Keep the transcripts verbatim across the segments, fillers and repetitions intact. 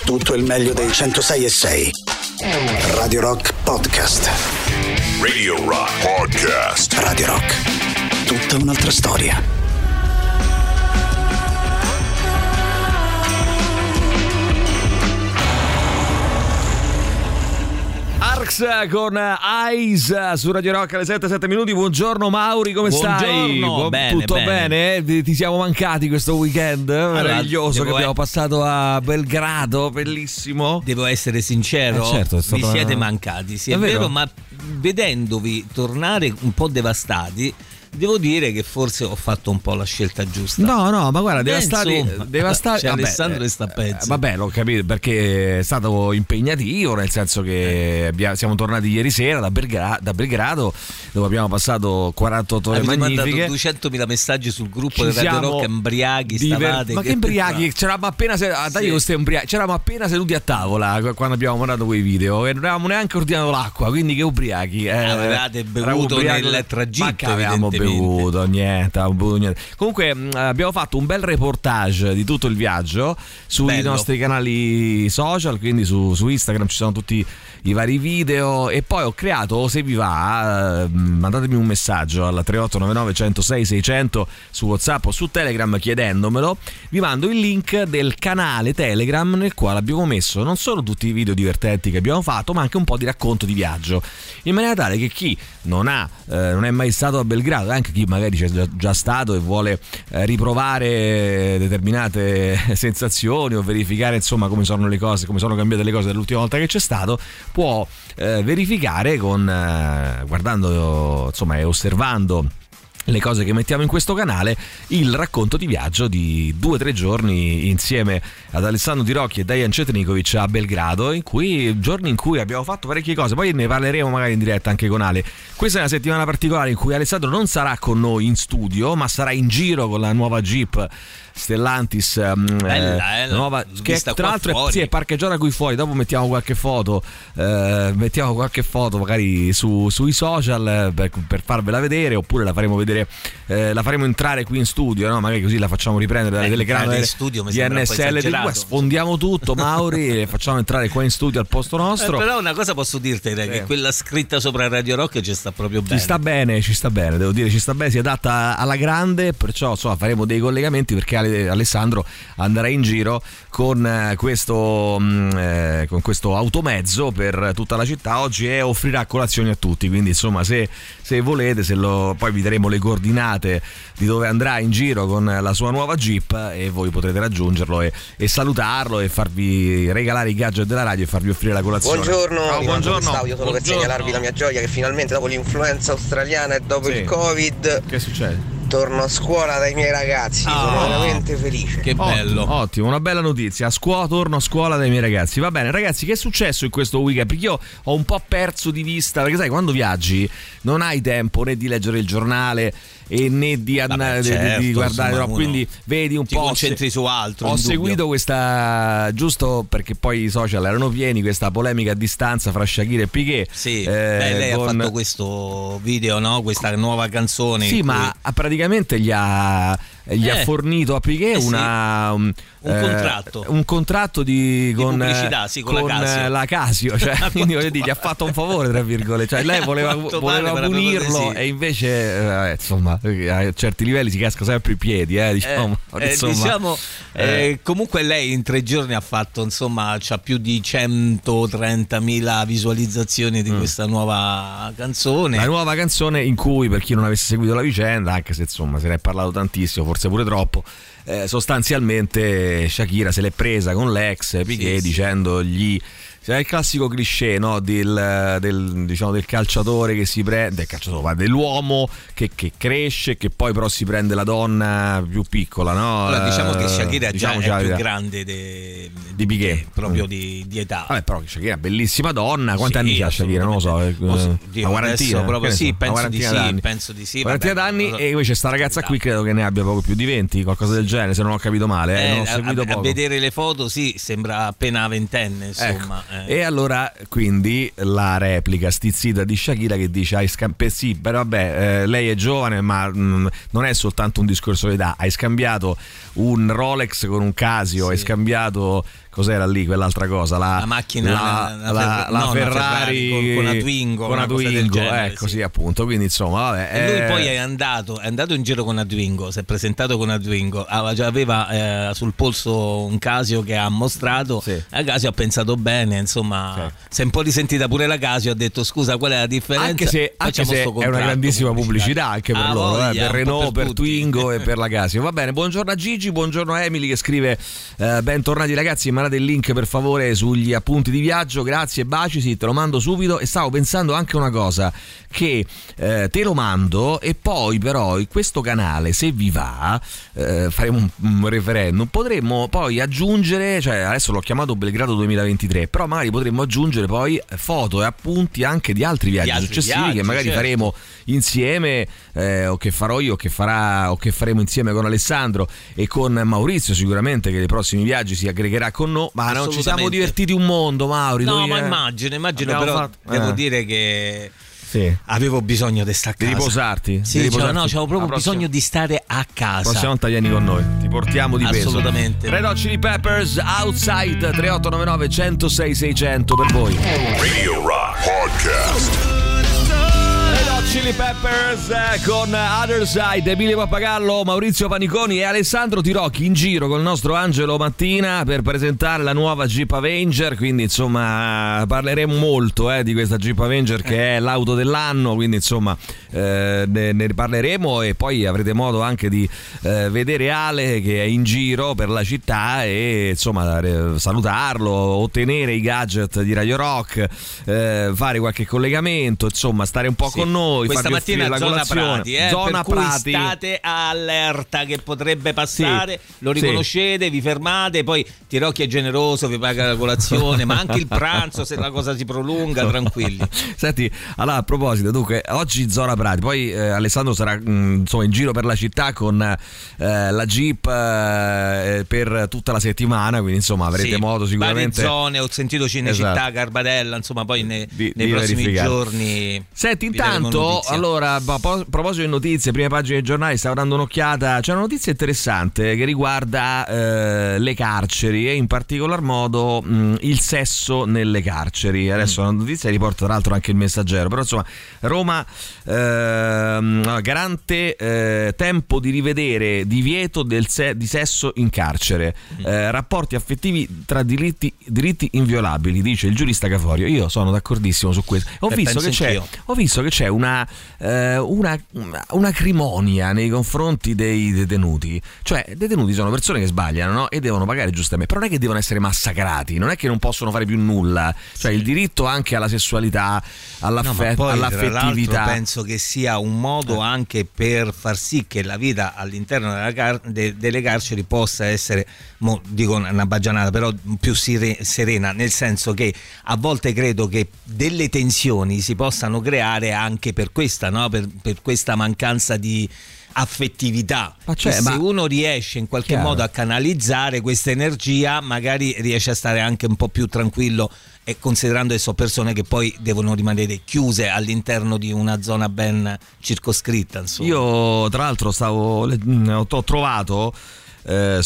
tutto il meglio dei centosei e sei. Radio Rock Podcast. Radio Rock Podcast. Radio Rock. Tutta un'altra storia. Con Eyes su Radio Rock alle sette sette minuti. Buongiorno Mauri, come Buongiorno, stai? Bu- bene, Tutto bene. bene? Ti siamo mancati questo weekend meraviglioso allora, che abbiamo è... passato a Belgrado, bellissimo. Devo essere sincero, eh certo, è vi una... siete mancati, sì, è, è vero, vero, ma vedendovi tornare un po' devastati, devo dire che forse ho fatto un po' la scelta giusta. No, no, ma guarda, Beh, devastati, insomma, devastati. c'è vabbè, Alessandro e sta pezzo. Eh, vabbè, l'ho capito, perché è stato impegnativo, nel senso che abbiamo, siamo tornati ieri sera da, Belgra- da Belgrado, dove abbiamo passato quarantotto ore Avete magnifiche. mandato duecentomila messaggi sul gruppo Ci del Radio siamo Rock, embriaghi diver- stavate. Ma che embriaghi? C'eravamo appena, se- ah, dai, Sì. umbria- c'eravamo appena seduti a tavola quando abbiamo mandato quei video e non avevamo neanche ordinato l'acqua, quindi che ubriachi. Eh, Avevate bevuto ubriaco, nel tragitto, ma che avevamo evidentemente. bevuto niente, avevamo bevuto niente. Comunque mh, abbiamo fatto un bel reportage di tutto il viaggio sui Bello. nostri canali social, quindi su, su Instagram ci sono tutti i vari video, e poi ho creato, se vi va, eh, mandatemi un messaggio al tre otto nove nove uno zero sei sei zero zero su WhatsApp o su Telegram chiedendomelo. Vi mando il link del canale Telegram nel quale abbiamo messo non solo tutti i video divertenti che abbiamo fatto, ma anche un po' di racconto di viaggio, in maniera tale che chi non ha eh, non è mai stato a Belgrado, anche chi magari c'è già, già stato e vuole eh, riprovare determinate sensazioni o verificare insomma come sono le cose, come sono cambiate le cose dall'ultima volta che c'è stato, può eh, verificare con eh, guardando insomma e osservando le cose che mettiamo in questo canale, il racconto di viaggio di due o tre giorni insieme ad Alessandro Tirocchi e Dejan Cetnikovic a Belgrado, in cui giorni in cui abbiamo fatto parecchie cose, poi ne parleremo magari in diretta anche con Ale. Questa è una settimana particolare in cui Alessandro non sarà con noi in studio, ma sarà in giro con la nuova Jeep Stellantis, bella, eh, nuova, che tra l'altro è, sì, è parcheggiata qui fuori. Dopo mettiamo qualche foto, eh, mettiamo qualche foto magari su, sui social eh, per, per farvela vedere, oppure la faremo vedere, eh, la faremo entrare qui in studio, no? Magari così la facciamo riprendere dalle eh, telecamere studio, di N S L T V, sfondiamo tutto Mauri e facciamo entrare qua in studio al posto nostro. Eh, però una cosa posso dirti, sì, che quella scritta sopra Radio Rock ci sta proprio bene. Ci sta bene, ci sta bene, devo dire, ci sta bene, si adatta alla grande, perciò insomma faremo dei collegamenti, perché Alessandro andrà in giro con questo eh, con questo automezzo per tutta la città oggi e offrirà colazioni a tutti, quindi insomma se, se volete, se lo, poi vi daremo le coordinate di dove andrà in giro con la sua nuova Jeep e voi potrete raggiungerlo e, e salutarlo e farvi regalare i gadget della radio e farvi offrire la colazione. Buongiorno, Ciao, buongiorno. Audio solo per segnalarvi la mia gioia che finalmente dopo l'influenza australiana e dopo sì. il Covid, che succede? Torno a scuola dai miei ragazzi, oh, sono veramente felice. Che bello. Ottimo, ottimo, una bella notizia. A scuola, torno a scuola dai miei ragazzi. Va bene, ragazzi, che è successo in questo weekend? Perché io ho un po' perso di vista, perché sai, quando viaggi non hai tempo né di leggere il giornale e né di, Vabbè, di, certo, di guardare, insomma, no, quindi vedi un ti po'. concentri su altro. Ho seguito questa, giusto perché poi i social erano pieni, questa polemica a distanza fra Shakira e Piqué. Sì, eh, beh, lei con... ha fatto questo video, no? Questa nuova canzone. Sì, ma cui... praticamente gli ha, gli eh, ha fornito a Piqué eh sì. una um, un eh, contratto un contratto di, di con, pubblicità, sì, con, con la Casio, la Casio, cioè, quindi voglio dire, gli ha fatto un favore tra virgolette, cioè lei voleva, voleva punirlo e invece eh, insomma a certi livelli si casca sempre i piedi, eh, diciamo, eh, insomma, eh, diciamo eh. Eh, comunque lei in tre giorni ha fatto, insomma, c'ha più di centotrentamila visualizzazioni di mm. questa nuova canzone. La nuova canzone in cui, per chi non avesse seguito la vicenda, anche se insomma se ne è parlato tantissimo, forse pure troppo, eh, sostanzialmente Shakira se l'è presa con l'ex Piqué, sì, dicendogli, è il classico cliché, no? del, del, diciamo, del calciatore che si prende, del calciatore, dell'uomo che, che cresce, che poi però si prende la donna più piccola, no? Allora, diciamo che Shakira diciamo già è più grande de, di Piqué, de, proprio mm. di, di età. Vabbè, però Shakira è bellissima donna. Quanti sì, anni ha Shakira? Non lo so, eh, Dio, una quarantina, proprio, sì, so, penso, una di sì, d'anni. penso di sì. quarantina d'anni, e invece sta ragazza qui credo che ne abbia poco più di venti, qualcosa del genere, se non ho capito male, eh, eh, non ho seguito a, poco. A vedere le foto sì, sembra appena ventenne, insomma. Ecco. Eh. E allora quindi la replica stizzita di Shakira che dice hai scambiato, sì, però vabbè, eh, lei è giovane, ma mh, non è soltanto un discorso di età, hai scambiato un Rolex con un Casio, sì. hai scambiato cos'era lì quell'altra cosa, la, la macchina, la, la, la, la, la no, Ferrari con, con una Twingo, con una Twingo, genere, ecco sì. sì, appunto, quindi insomma vabbè, e lui eh... poi è andato è andato in giro con una Twingo, si è presentato con una Twingo, aveva eh, sul polso un Casio che ha mostrato, sì. a Casio ha pensato bene, insomma, okay. si è un po' risentita pure la Casio, ha detto scusa qual è la differenza, anche se, anche se è una grandissima pubblicità anche per ah, loro, voglia, eh, per Renault, per, per Twingo e per la Casio. Va bene, buongiorno a Gigi, buongiorno a Emily che scrive eh, bentornati ragazzi, mandate il link per favore sugli appunti di viaggio, grazie, baci, sì, te lo mando subito. E stavo pensando anche una cosa, che eh, te lo mando e poi però in questo canale, se vi va, eh, faremo un, un referendum, potremmo poi aggiungere, cioè adesso l'ho chiamato Belgrado duemilaventitré, però magari potremmo aggiungere poi foto e appunti anche di altri viaggi altri successivi viaggi, che magari certo. faremo insieme, eh, o che farò io o che farà o che faremo insieme con Alessandro e con Maurizio, sicuramente, che nei prossimi viaggi si aggregherà con noi. Ma non ci siamo divertiti un mondo, Mauri. No, noi, ma eh, immagino, immagino però fatto... devo eh. dire che sì. avevo bisogno di stare a casa. Di riposarti? Sì, di riposarti. Cioè, no, c'avevo proprio prossima... bisogno di stare a casa. La prossima volta vieni con noi, ti portiamo di peso. Assolutamente. Red Hot Chili Peppers, Outside, tre otto nove nove uno zero sei sei zero zero per voi. Radio Rock Podcast. Chili Peppers eh, con Other Side, Emilio Pappagallo, Maurizio Paniconi e Alessandro Tirocchi in giro col nostro Angelo Mattina per presentare la nuova Jeep Avenger, quindi insomma parleremo molto eh, di questa Jeep Avenger che è l'auto dell'anno, quindi insomma eh, ne, ne parleremo e poi avrete modo anche di eh, vedere Ale che è in giro per la città e insomma eh, salutarlo, ottenere i gadget di Radio Rock, eh, fare qualche collegamento, insomma stare un po' sì. con noi. Questa mattina la zona colazione. Prati, eh, zona per cui Prati. State allerta che potrebbe passare, sì, lo riconoscete, sì. vi fermate, poi Tirocchi è generoso, vi paga la colazione, ma anche il pranzo se la cosa si prolunga, tranquilli. Senti, allora a proposito, dunque oggi zona Prati, poi eh, Alessandro sarà mh, insomma in giro per la città con eh, la Jeep eh, per tutta la settimana, quindi insomma avrete sì, modo sicuramente. Varie zone, ho sentito Cinecittà, esatto. Garbatella, insomma poi ne, di, nei di prossimi verificare. giorni. Senti, intanto allora, a proposito di notizie, prime pagine dei giornali, stavo dando un'occhiata, c'è una notizia interessante che riguarda eh, le carceri e in particolar modo mh, il sesso nelle carceri. Adesso mm. la notizia riporta tra l'altro anche il Messaggero, però insomma Roma eh, garante eh, tempo di rivedere divieto del se- di sesso in carcere, mm. eh, rapporti affettivi tra diritti, diritti inviolabili, dice il giurista Caforio. Io sono d'accordissimo su questo. Ho, visto che, c'è, ho visto che c'è una Uh, una, una acrimonia nei confronti dei detenuti, cioè i detenuti sono persone che sbagliano, no? E devono pagare giustamente, però non è che devono essere massacrati, non è che non possono fare più nulla, cioè sì. il diritto anche alla sessualità, all'affett- no, poi, all'affettività. Penso che sia un modo eh. anche per far sì che la vita all'interno della car- de- delle carceri possa essere, mo, dico una baggianata, però più sire- serena, nel senso che a volte credo che delle tensioni si possano creare anche per questa, no? per, per questa mancanza di affettività, ma cioè, se ma... uno riesce in qualche Chiaro. modo a canalizzare questa energia, magari riesce a stare anche un po' più tranquillo, e considerando che sono persone che poi devono rimanere chiuse all'interno di una zona ben circoscritta, insomma. Io tra l'altro stavo ho trovato Eh,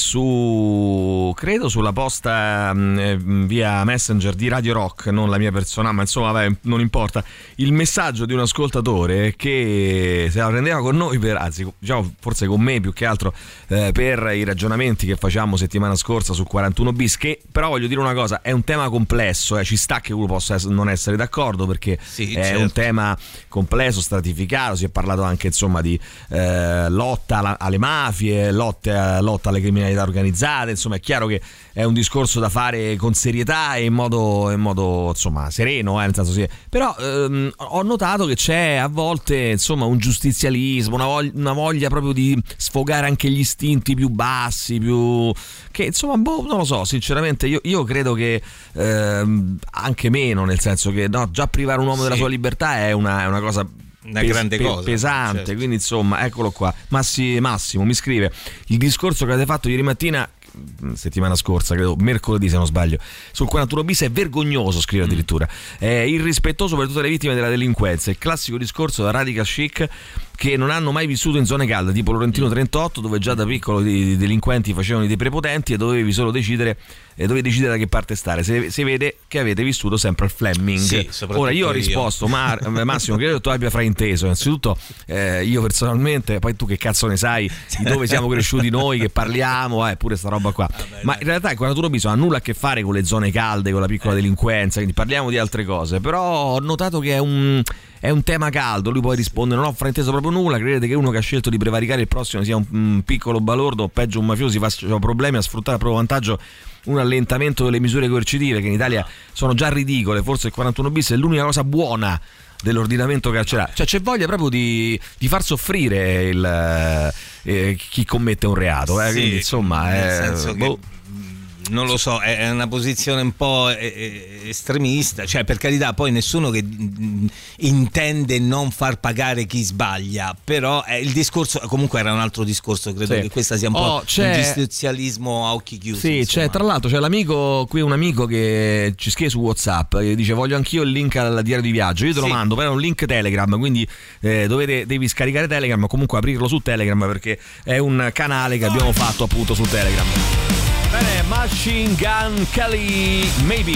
su credo sulla posta mh, via Messenger di Radio Rock, non la mia personale, ma insomma vabbè, non importa, il messaggio di un ascoltatore che se la prendeva con noi per, anzi diciamo forse con me più che altro eh, per i ragionamenti che facciamo settimana scorsa su quarantuno bis, che però voglio dire una cosa, è un tema complesso, eh, ci sta che uno possa essere, non essere d'accordo perché sì, è certo. un tema complesso, stratificato, si è parlato anche insomma di eh, lotta alla, alle mafie, lotta, lotta alle criminalità organizzate, insomma è chiaro che è un discorso da fare con serietà e in modo, in modo insomma sereno, eh, nel senso sì. Però ehm, ho notato che c'è a volte insomma un giustizialismo, una voglia, una voglia proprio di sfogare anche gli istinti più bassi, più che insomma boh, non lo so, sinceramente io, io credo che ehm, anche meno, nel senso che no, già privare un uomo sì. della sua libertà è una, è una cosa una pes- grande pe- cosa pesante, certo. Quindi insomma eccolo qua. Massi, Massimo mi scrive: il discorso che avete fatto ieri mattina settimana scorsa, credo mercoledì se non sbaglio, sul quarantuno bis è vergognoso, scrive addirittura, è irrispettoso per tutte le vittime della delinquenza, il classico discorso da radical chic che non hanno mai vissuto in zone calde, tipo Laurentino trentotto, dove già da piccolo i delinquenti facevano dei prepotenti e dovevi solo decidere e dovevi decidere da che parte stare. Se, se vede che avete vissuto sempre al Fleming. Sì, ora io ho risposto, ma Massimo, credo che tu abbia frainteso. Innanzitutto eh, io personalmente, poi tu che cazzo ne sai di dove siamo cresciuti noi, che parliamo, eh, pure sta roba qua. Vabbè, ma in realtà il quarantuno bis ha nulla a che fare con le zone calde, con la piccola eh. delinquenza, quindi parliamo di altre cose. Però ho notato che è un è un tema caldo. Lui poi risponde: non ho frainteso proprio nulla, credete che uno che ha scelto di prevaricare il prossimo sia un, un piccolo balordo o peggio un mafioso, si faccia problemi a sfruttare a proprio vantaggio un allentamento delle misure coercitive che in Italia sono già ridicole. Forse il quarantuno bis è l'unica cosa buona dell'ordinamento carcerario, cioè c'è voglia proprio di, di far soffrire il, eh, chi commette un reato, eh? Sì, quindi insomma nel eh, senso boh. che non lo so, è una posizione un po' estremista, cioè per carità, poi nessuno che intende non far pagare chi sbaglia, però il discorso comunque era un altro discorso, credo sì. che questa sia un oh, po' c'è... un giustizialismo a occhi chiusi. Sì, c'è, tra l'altro c'è l'amico, qui un amico che ci scrive su WhatsApp, che dice: voglio anch'io il link al diario di viaggio, io te lo sì. mando, però è un link Telegram, quindi eh, dovete, devi scaricare Telegram o comunque aprirlo su Telegram, perché è un canale che abbiamo fatto appunto su Telegram. Bene, Machine Gun Kelly, Maybe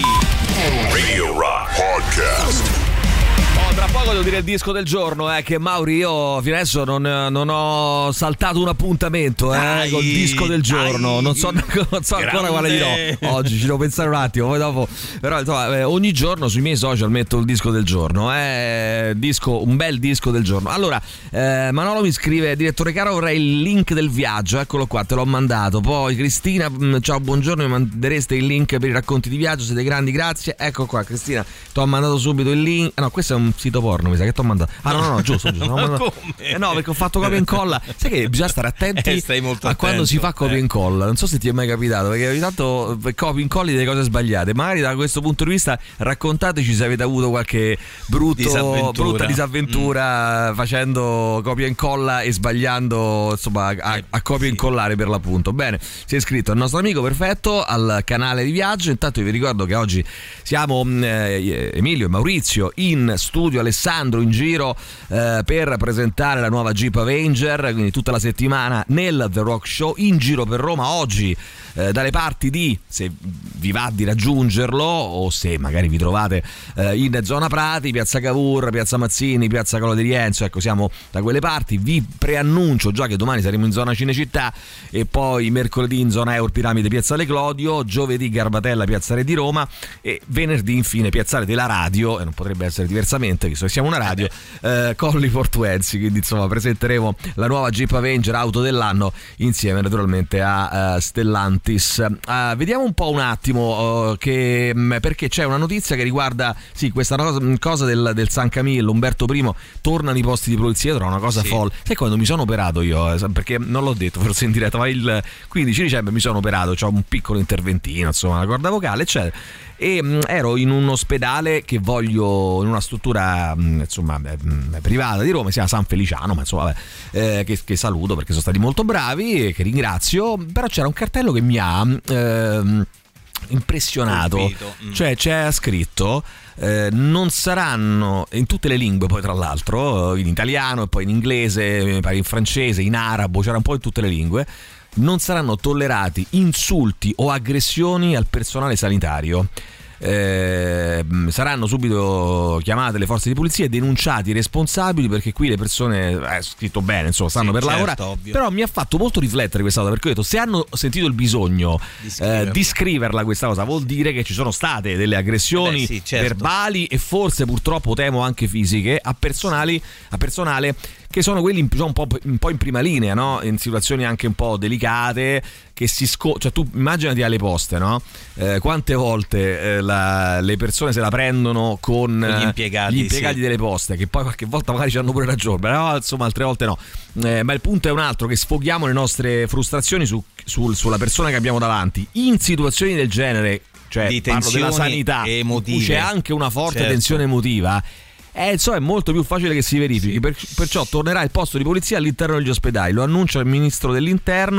Radio Rock Podcast. Oh, tra poco devo dire il disco del giorno, eh, che Mauri, io fino adesso non, non ho saltato un appuntamento eh, dai, col disco del giorno, dai, non so, non so ancora quale dirò oggi, ci devo pensare un attimo, poi dopo, però insomma, eh, ogni giorno sui miei social metto il disco del giorno, eh, disco, un bel disco del giorno. Allora, eh, Manolo mi scrive: direttore caro, vorrei il link del viaggio, eccolo qua, te l'ho mandato. Poi Cristina, ciao, buongiorno, mi mandereste il link per i racconti di viaggio, siete grandi, grazie. Ecco qua Cristina, ti ho mandato subito il link. Ah, no, questo è un sito porno, mi sa che ti ho mandato. Ah no no no, giusto, giusto. Mandato... Eh no, perché ho fatto copia e incolla. Sai che bisogna stare attenti eh, stai molto a attento, quando si fa copia e eh. incolla. Non so se ti è mai capitato, perché ogni tanto copia e incolli delle cose sbagliate. Magari da questo punto di vista raccontateci se avete avuto qualche brutto, disavventura. brutta disavventura mm. facendo copia e incolla e sbagliando, insomma, a, a copia e incollare per l'appunto. Bene, si è iscritto il nostro amico, perfetto, al canale di viaggio. Intanto vi ricordo che oggi siamo eh, Emilio e Maurizio in studio, Alessandro in giro eh, per presentare la nuova Jeep Avenger, quindi tutta la settimana nel The Rock Show in giro per Roma. Oggi eh, dalle parti di, se vi va di raggiungerlo o se magari vi trovate eh, in zona Prati, piazza Cavour, piazza Mazzini, piazza Cola di Rienzo, ecco, siamo da quelle parti. Vi preannuncio già che domani saremo in zona Cinecittà e poi mercoledì in zona Eur Piramide, piazzale Clodio, giovedì Garbatella, piazza Re di Roma e venerdì infine piazzale della radio, e non potrebbe essere diversamente visto che siamo una radio, eh, Colli Portuensi. Quindi insomma presenteremo la nuova Jeep Avenger, auto dell'anno, insieme naturalmente a uh, Stellantis. Uh, vediamo un po' un attimo uh, che mh, perché c'è una notizia che riguarda sì questa cosa, cosa del, del San Camillo. Umberto I tornano i posti di polizia, tra una cosa sì. folle. Sai quando mi sono operato io, eh, perché non l'ho detto forse in diretta, ma il quindici dicembre mi sono operato, c'ho un piccolo interventino, insomma, una corda vocale eccetera, e mh, ero in un ospedale che voglio, in una struttura mh, insomma mh, privata di Roma, si chiama San Feliciano, ma insomma vabbè, eh, che, che saluto perché sono stati molto bravi e che ringrazio. Però c'era un cartello che mi ha eh, impressionato, mm. cioè c'è scritto eh, non saranno, in tutte le lingue poi tra l'altro, in italiano e poi in inglese, in francese, in arabo, c'era un po' in tutte le lingue: non saranno tollerati insulti o aggressioni al personale sanitario. Eh, saranno subito chiamate le forze di polizia e denunciati i responsabili, perché qui le persone, è eh, scritto bene, insomma, stanno sì, per certo, lavorare. Ovvio. Però mi ha fatto molto riflettere questa cosa, perché ho detto: se hanno sentito il bisogno di scriverla, eh, di scriverla questa cosa, vuol dire che ci sono state delle aggressioni eh beh, sì, certo. verbali e forse purtroppo temo anche fisiche a personali, a personale che sono quelli un po', un po' in prima linea, no? In situazioni anche un po' delicate, che si sco- cioè tu immaginati alle poste, no? Eh, quante volte eh, la, le persone se la prendono con gli impiegati, gli impiegati sì. delle poste, che poi qualche volta magari ci hanno pure ragione, però insomma altre volte no. Eh, ma il punto è un altro, che sfoghiamo le nostre frustrazioni su, sul, sulla persona che abbiamo davanti in situazioni del genere, cioè di parlo della sanità, emotive. C'è anche una forte certo. tensione emotiva. Eh, insomma, è molto più facile che si verifichi, sì. per, perciò tornerà il posto di polizia all'interno degli ospedali, lo annuncia il ministro dell'interno.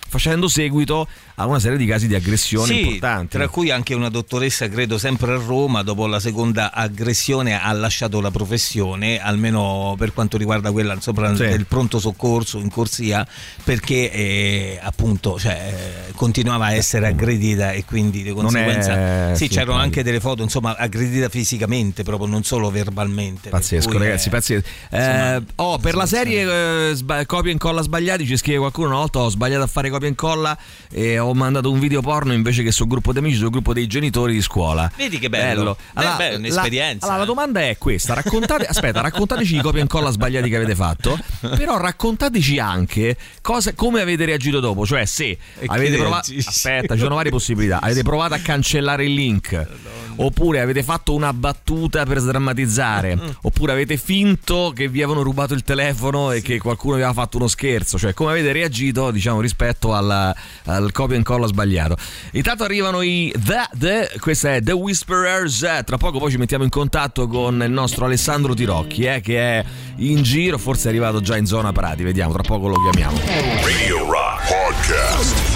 facendo seguito a una serie di casi di aggressione sì, importanti. Tra cui anche una dottoressa, credo sempre a Roma, dopo la seconda aggressione ha lasciato la professione, almeno per quanto riguarda quella insomma, sì. del pronto soccorso in corsia, perché eh, appunto cioè, continuava a essere aggredita e quindi di conseguenza sì, c'erano anche delle foto insomma aggredita fisicamente, proprio non solo verbalmente. Pazzesco, ragazzi, è, pazzesco. Eh, insomma, oh, per la serie eh, sba- copia e incolla sbagliati, ci scrive qualcuno: una volta ho sbagliato a fare copia e incolla e ho mandato un video porno invece che sul gruppo di amici, sul gruppo dei genitori di scuola. Vedi che bello, bello. Allora, beh, beh, un'esperienza. La, allora, la domanda è questa: raccontate, aspetta, raccontateci i copia e incolla sbagliati che avete fatto, però raccontateci anche cosa, come avete reagito dopo, cioè se e avete provato, aspetta, ci sono varie possibilità, avete provato a cancellare il link, oppure avete fatto una battuta per sdrammatizzare, oppure avete finto che vi avevano rubato il telefono e che qualcuno vi aveva fatto uno scherzo, cioè come avete reagito, diciamo, rispetto al, al copia e incolla sbagliato. Intanto arrivano i The, The, questa è The Whisperers. Tra poco poi ci mettiamo in contatto con il nostro Alessandro Tirocchi, eh, che è in giro, forse è arrivato già in zona Prati, vediamo, tra poco lo chiamiamo. Radio Rock Podcast.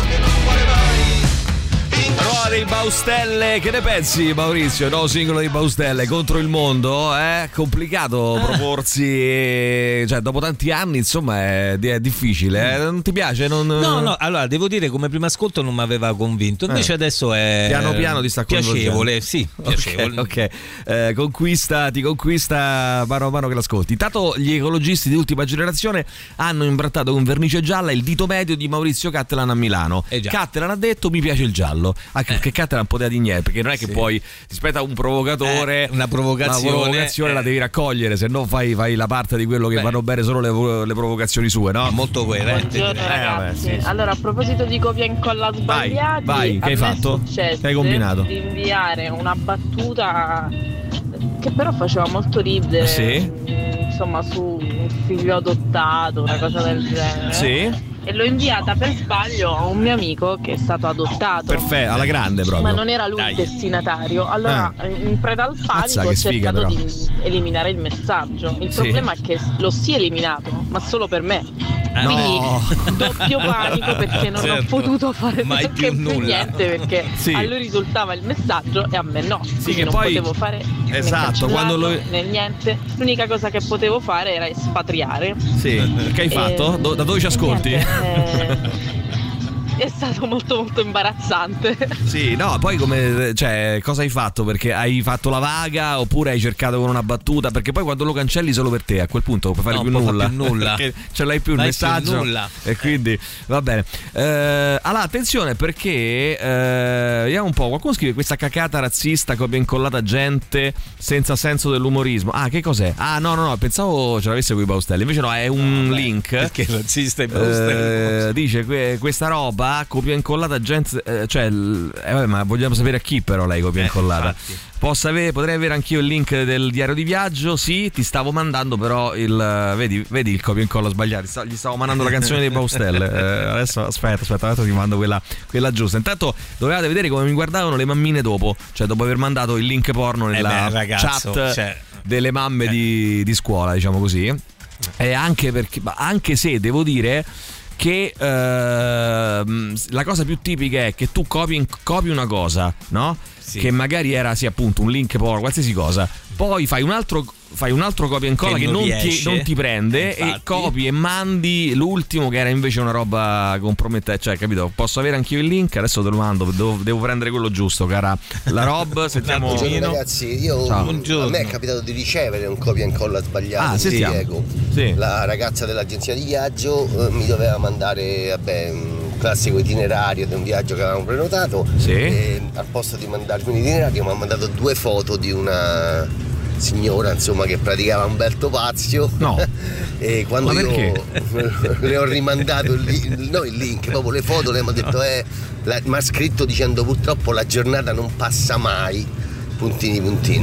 Allora, dei Baustelle, che ne pensi, Maurizio? No, singolo di Baustelle contro il mondo, è complicato proporsi, cioè dopo tanti anni insomma è, è difficile, eh? Non ti piace? Non... No, no, allora devo dire come primo ascolto non mi aveva convinto, invece eh. adesso è piano piano ti sta piacevole, sì, piacevole. Ok, okay. Eh, conquista, ti conquista mano a mano che l'ascolti. Intanto gli ecologisti di ultima generazione hanno imbrattato con vernice gialla il dito medio di Maurizio Cattelan a Milano. Eh Cattelan ha detto: mi piace il giallo. Anche eh. perché Cattelan poteva di niente, perché non è che sì. poi rispetto a un provocatore, eh, una provocazione, una provocazione eh. la devi raccogliere, se no fai, fai la parte di quello che Beh. vanno bene solo le, le provocazioni sue, no? Molto coerente. Buongiorno ragazzi, eh, vabbè, sì, allora a proposito di copia e incolla sbagliati, vai, vai, che hai fatto? Che hai combinato? Di inviare una battuta che però faceva molto ridere, sì. insomma, su un figlio adottato, una cosa del genere. Sì. E l'ho inviata per sbaglio a un mio amico che è stato adottato. Perfetto, alla grande proprio. Ma non era lui Dai. il destinatario. Allora, ah. in preda al panico, ho sfiga, cercato però. di eliminare il messaggio. Il sì. problema è che l'ho sì eliminato, ma solo per me. Ah, Quindi no. doppio panico perché non certo. ho potuto fare Mai più, più niente, perché sì. a lui risultava il messaggio e a me no. Sì, Quindi che non poi... potevo fare esatto, né quando lo... né niente. L'unica cosa che potevo fare era espatriare. Sì, che hai fatto? E... Do- da dove ci ascolti? Niente, eh... È stato molto molto imbarazzante. Sì, no, poi come, cioè, cosa hai fatto? Perché hai fatto la vaga oppure hai cercato con una battuta? Perché poi quando lo cancelli solo per te, a quel punto non puoi fare no, più nulla. Più nulla. Perché ce l'hai più il Vai messaggio. Più nulla. E quindi va bene. Eh, allora, attenzione perché eh, vediamo un po'. Qualcuno scrive: questa cacata razzista, copia incollata gente senza senso dell'umorismo. Ah, che cos'è? Ah, no, no, no, pensavo ce l'avesse con i Baustelli. Invece no, è un no, link. Perché razzista i Baustelli? Eh, dice que- questa roba copia incollata gente, eh, cioè eh, vabbè, ma vogliamo sapere a chi però lei copia incollata. Eh, Posso avere, potrei avere anch'io il link del diario di viaggio? Sì, ti stavo mandando però il vedi, vedi il copia incolla sbagliato, gli stavo mandando la canzone dei Baustelle. Eh, adesso aspetta, aspetta, adesso ti mando quella, quella giusta. Intanto dovevate vedere come mi guardavano le mammine dopo, cioè dopo aver mandato il link porno nella eh beh, ragazzo, chat cioè, delle mamme eh. di, di scuola, diciamo così. E anche perché, anche se devo dire che uh, la cosa più tipica è che tu copi, copi una cosa, no? Sì. Che magari era sì appunto un link porno, qualsiasi cosa, poi fai un altro fai un altro copia e incolla che, che non, non, ti, non ti prende, infatti. E copi e mandi l'ultimo che era invece una roba compromettente, cioè capito, posso avere anch'io il link, adesso te lo mando, devo, devo prendere quello giusto, cara la Rob. Sentiamo. Buongiorno ragazzi, io Ciao. a me è capitato di ricevere un copia e incolla sbagliato. Ah, sentiamo. Spiego. Sì. La ragazza dell'agenzia di viaggio eh, mi doveva mandare vabbè, un classico itinerario di un viaggio che avevamo prenotato, sì. E al posto di mandarmi un itinerario mi ha mandato due foto di una signora insomma che praticava un bel topazio. No. E quando io le ho rimandato il, il, no, il link, proprio le foto, lei mi ha detto eh, mi ha scritto dicendo purtroppo la giornata non passa mai, puntini puntini.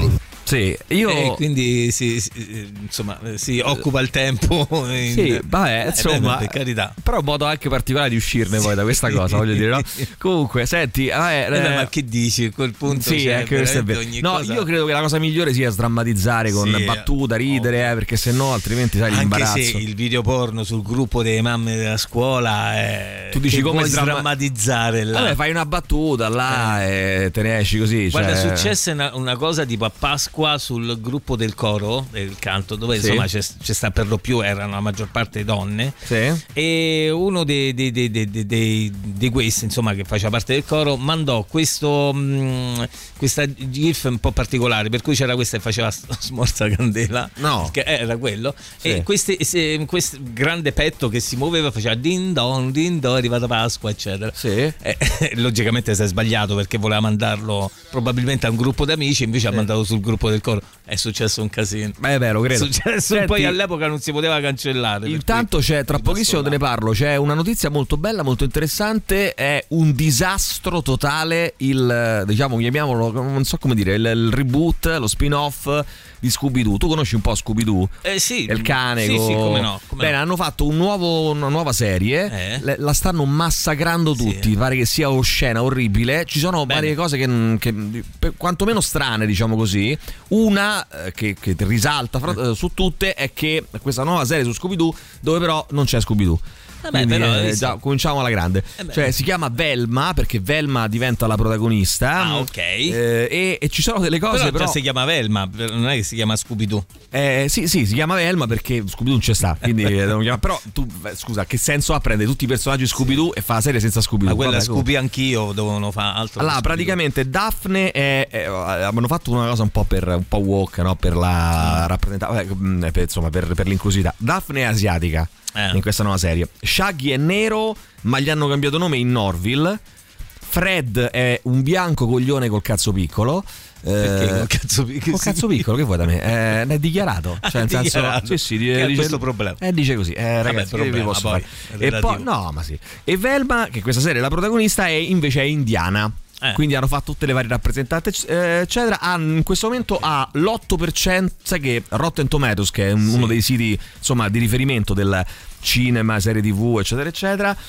Sì, io e quindi si, si, insomma si occupa il tempo in... Sì, vabbè, eh, insomma, per carità. Però un modo anche particolare di uscirne poi da questa cosa, voglio dire, no? Comunque, senti, vabbè, eh, eh, ma che dici? A quel punto sì, anche questo è vero. No, cosa... io credo che la cosa migliore sia sdrammatizzare con sì, battuta, ridere, ovvio. eh, perché sennò altrimenti sai anche l'imbarazzo. se il video porno sul gruppo delle mamme della scuola è... Tu dici che come vuoi sdramma- sdrammatizzare là. Vabbè, fai una battuta là eh. e te ne esci così. Guarda, cioè... successe una, una cosa tipo a Pasqua sul gruppo del coro del canto, dove sì. insomma c'è, c'è sta per lo più erano la maggior parte donne, sì. e uno dei, dei, dei, dei, dei, dei, di questi insomma che faceva parte del coro mandò questo mh, questa gif un po' particolare, per cui c'era questa che faceva smorza candela, no, che era quello, sì. e queste, se, questo grande petto che si muoveva faceva din don din don, è arrivata Pasqua eccetera, sì. e, eh, logicamente si è sbagliato perché voleva mandarlo probabilmente a un gruppo d'amici, invece sì. ha mandato sul gruppo del coro. È successo un casino. Beh, è vero, credo. È successo. Senti, poi all'epoca non si poteva cancellare. Intanto c'è, tra pochissimo te ne parlo, c'è una notizia molto bella, molto interessante. È un disastro totale il, diciamo, chiamiamolo, non so come dire, il, il reboot, lo spin-off di Scooby-Doo. Tu conosci un po' Scooby-Doo? Eh sì. Il cane. Sì, co... sì, come no. Come Bene, no. hanno fatto un nuovo, una nuova serie, eh. la stanno massacrando tutti, sì. pare che sia oscena, orribile. Ci sono Bene. varie cose che, che quantomeno strane, diciamo così. Una che, che risalta fra, su tutte è che questa nuova serie su Scooby-Doo, dove però non c'è Scooby-Doo. Vabbè, Quindi, però, eh, sì. già, cominciamo alla grande, eh cioè si chiama Velma perché Velma diventa la protagonista. Ah, ok. eh, e, e ci sono delle cose però, però già si chiama Velma, non è che si chiama Scooby-Doo. eh, sì sì si chiama Velma perché Scooby-Doo non c'è sta, quindi eh, devono chiamare. Però tu scusa, che senso ha prendere tutti i personaggi Scooby-Doo e fa la serie senza Scooby-Doo? Ma quella Vabbè, Scooby anch'io dovevano fare altro. allora praticamente Daphne è, è, hanno fatto una cosa un po' per un po' woke, no? Per la mm. rappresentazione, insomma, per, per l'inclusività. Daphne è asiatica eh. in questa nuova serie. Shaggy è nero, ma gli hanno cambiato nome in Norville. Fred è un bianco coglione col cazzo piccolo. Perché eh, col cazzo piccolo? Col cazzo piccolo, che vuoi da me? Eh, è dichiarato. Cioè, nel senso, dichiarato. sì, sì, che dice questo problema. Eh, dice così, eh, ragazzi, Vabbè, che vi problema, posso poi, fare? E poi, no, ma sì. E Velma, che questa serie è la protagonista, è invece è indiana. Eh. Quindi hanno fatto tutte le varie rappresentanze eccetera. Ha, in questo momento ha l'otto per cento. Sai che Rotten Tomatoes, che è un, sì. uno dei siti insomma di riferimento del cinema, serie tv eccetera eccetera,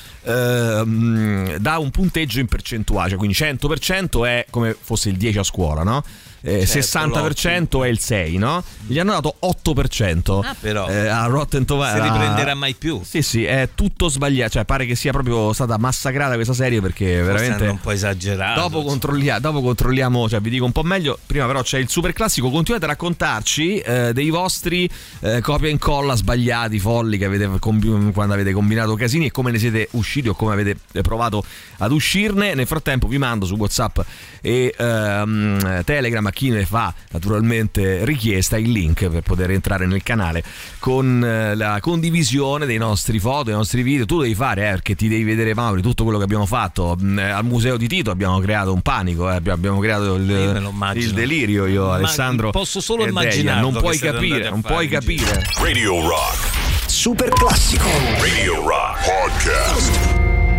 ehm, dà un punteggio in percentuale, cioè quindi cento per cento è come fosse il dieci a scuola, no? Eh, certo, sessanta per cento è il sei, no? Gli hanno dato otto per cento ah, però eh, a Rotten Tomatoes. Si riprenderà mai più. Sì, sì, è tutto sbagliato. Cioè, pare che sia proprio stata massacrata questa serie perché forse veramente. Hanno un po' esagerato. Dopo, controllia- dopo controlliamo, cioè vi dico un po' meglio. Prima, però, c'è il super classico. Continuate a raccontarci eh, dei vostri eh, copia e incolla sbagliati, folli che avete combi- quando avete combinato casini e come ne siete usciti o come avete provato ad uscirne. Nel frattempo, vi mando su WhatsApp e ehm, Telegram a chi ne fa naturalmente richiesta il link per poter entrare nel canale con eh, la condivisione dei nostri foto, dei nostri video. Tu devi fare eh, perché ti devi vedere, Mauri, tutto quello che abbiamo fatto eh, al museo di Tito. Abbiamo creato un panico, eh, abbiamo creato il, il delirio. Io, Ma Alessandro, posso solo immaginare. Non puoi capire, non puoi capire. Radio Rock Super classico. Radio Rock Podcast.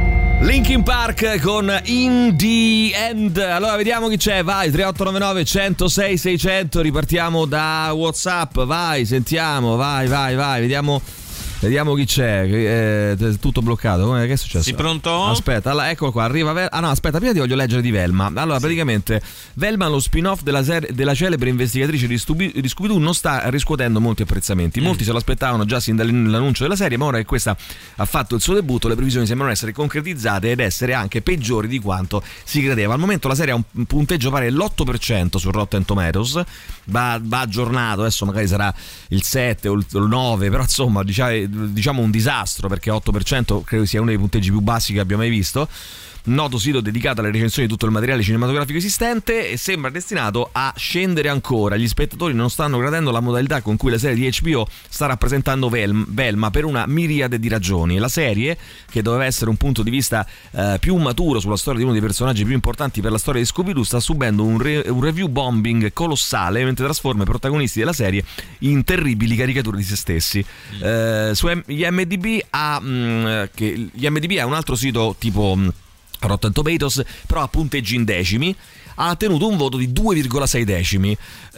Linkin Park con In The End. Allora vediamo chi c'è. Vai, tre otto nove nove, uno zero sei, sei zero zero. Ripartiamo da WhatsApp. Vai, sentiamo. Vai, vai, vai. Vediamo Vediamo chi c'è. È tutto bloccato. Come, che è successo? Sì, pronto? Aspetta, allora, eccolo qua. Arriva Vel- Ah no, aspetta, prima ti voglio leggere di Velma. Allora, sì. praticamente Velma, lo spin-off della, ser- della celebre investigatrice di, Stubi- di Scooby-Doo, non sta riscuotendo molti apprezzamenti. Mm. Molti se lo aspettavano già sin dall'annuncio della serie, ma ora che questa ha fatto il suo debutto, le previsioni sembrano essere concretizzate ed essere anche peggiori di quanto si credeva. Al momento la serie ha un punteggio pari all'otto per cento su Rotten Tomatoes. Va, va aggiornato, adesso magari sarà il sette o il nove, però insomma diciamo, diciamo un disastro, perché otto per cento credo sia uno dei punteggi più bassi che abbia mai visto. Noto sito dedicato alle recensioni di tutto il materiale cinematografico esistente, e sembra destinato a scendere ancora. Gli spettatori non stanno gradendo la modalità con cui la serie di H B O sta rappresentando Vel- Velma per una miriade di ragioni. La serie, che doveva essere un punto di vista eh, più maturo sulla storia di uno dei personaggi più importanti per la storia di Scooby-Doo, sta subendo un, re- un review bombing colossale, mentre trasforma i protagonisti della serie in terribili caricature di se stessi. Mm. Eh, su M- gli M D B ha mh, che gli M D B è un altro sito tipo mh, Rotten Tomatoes, però a punteggi in decimi. ha ottenuto un voto di due virgola sei decimi.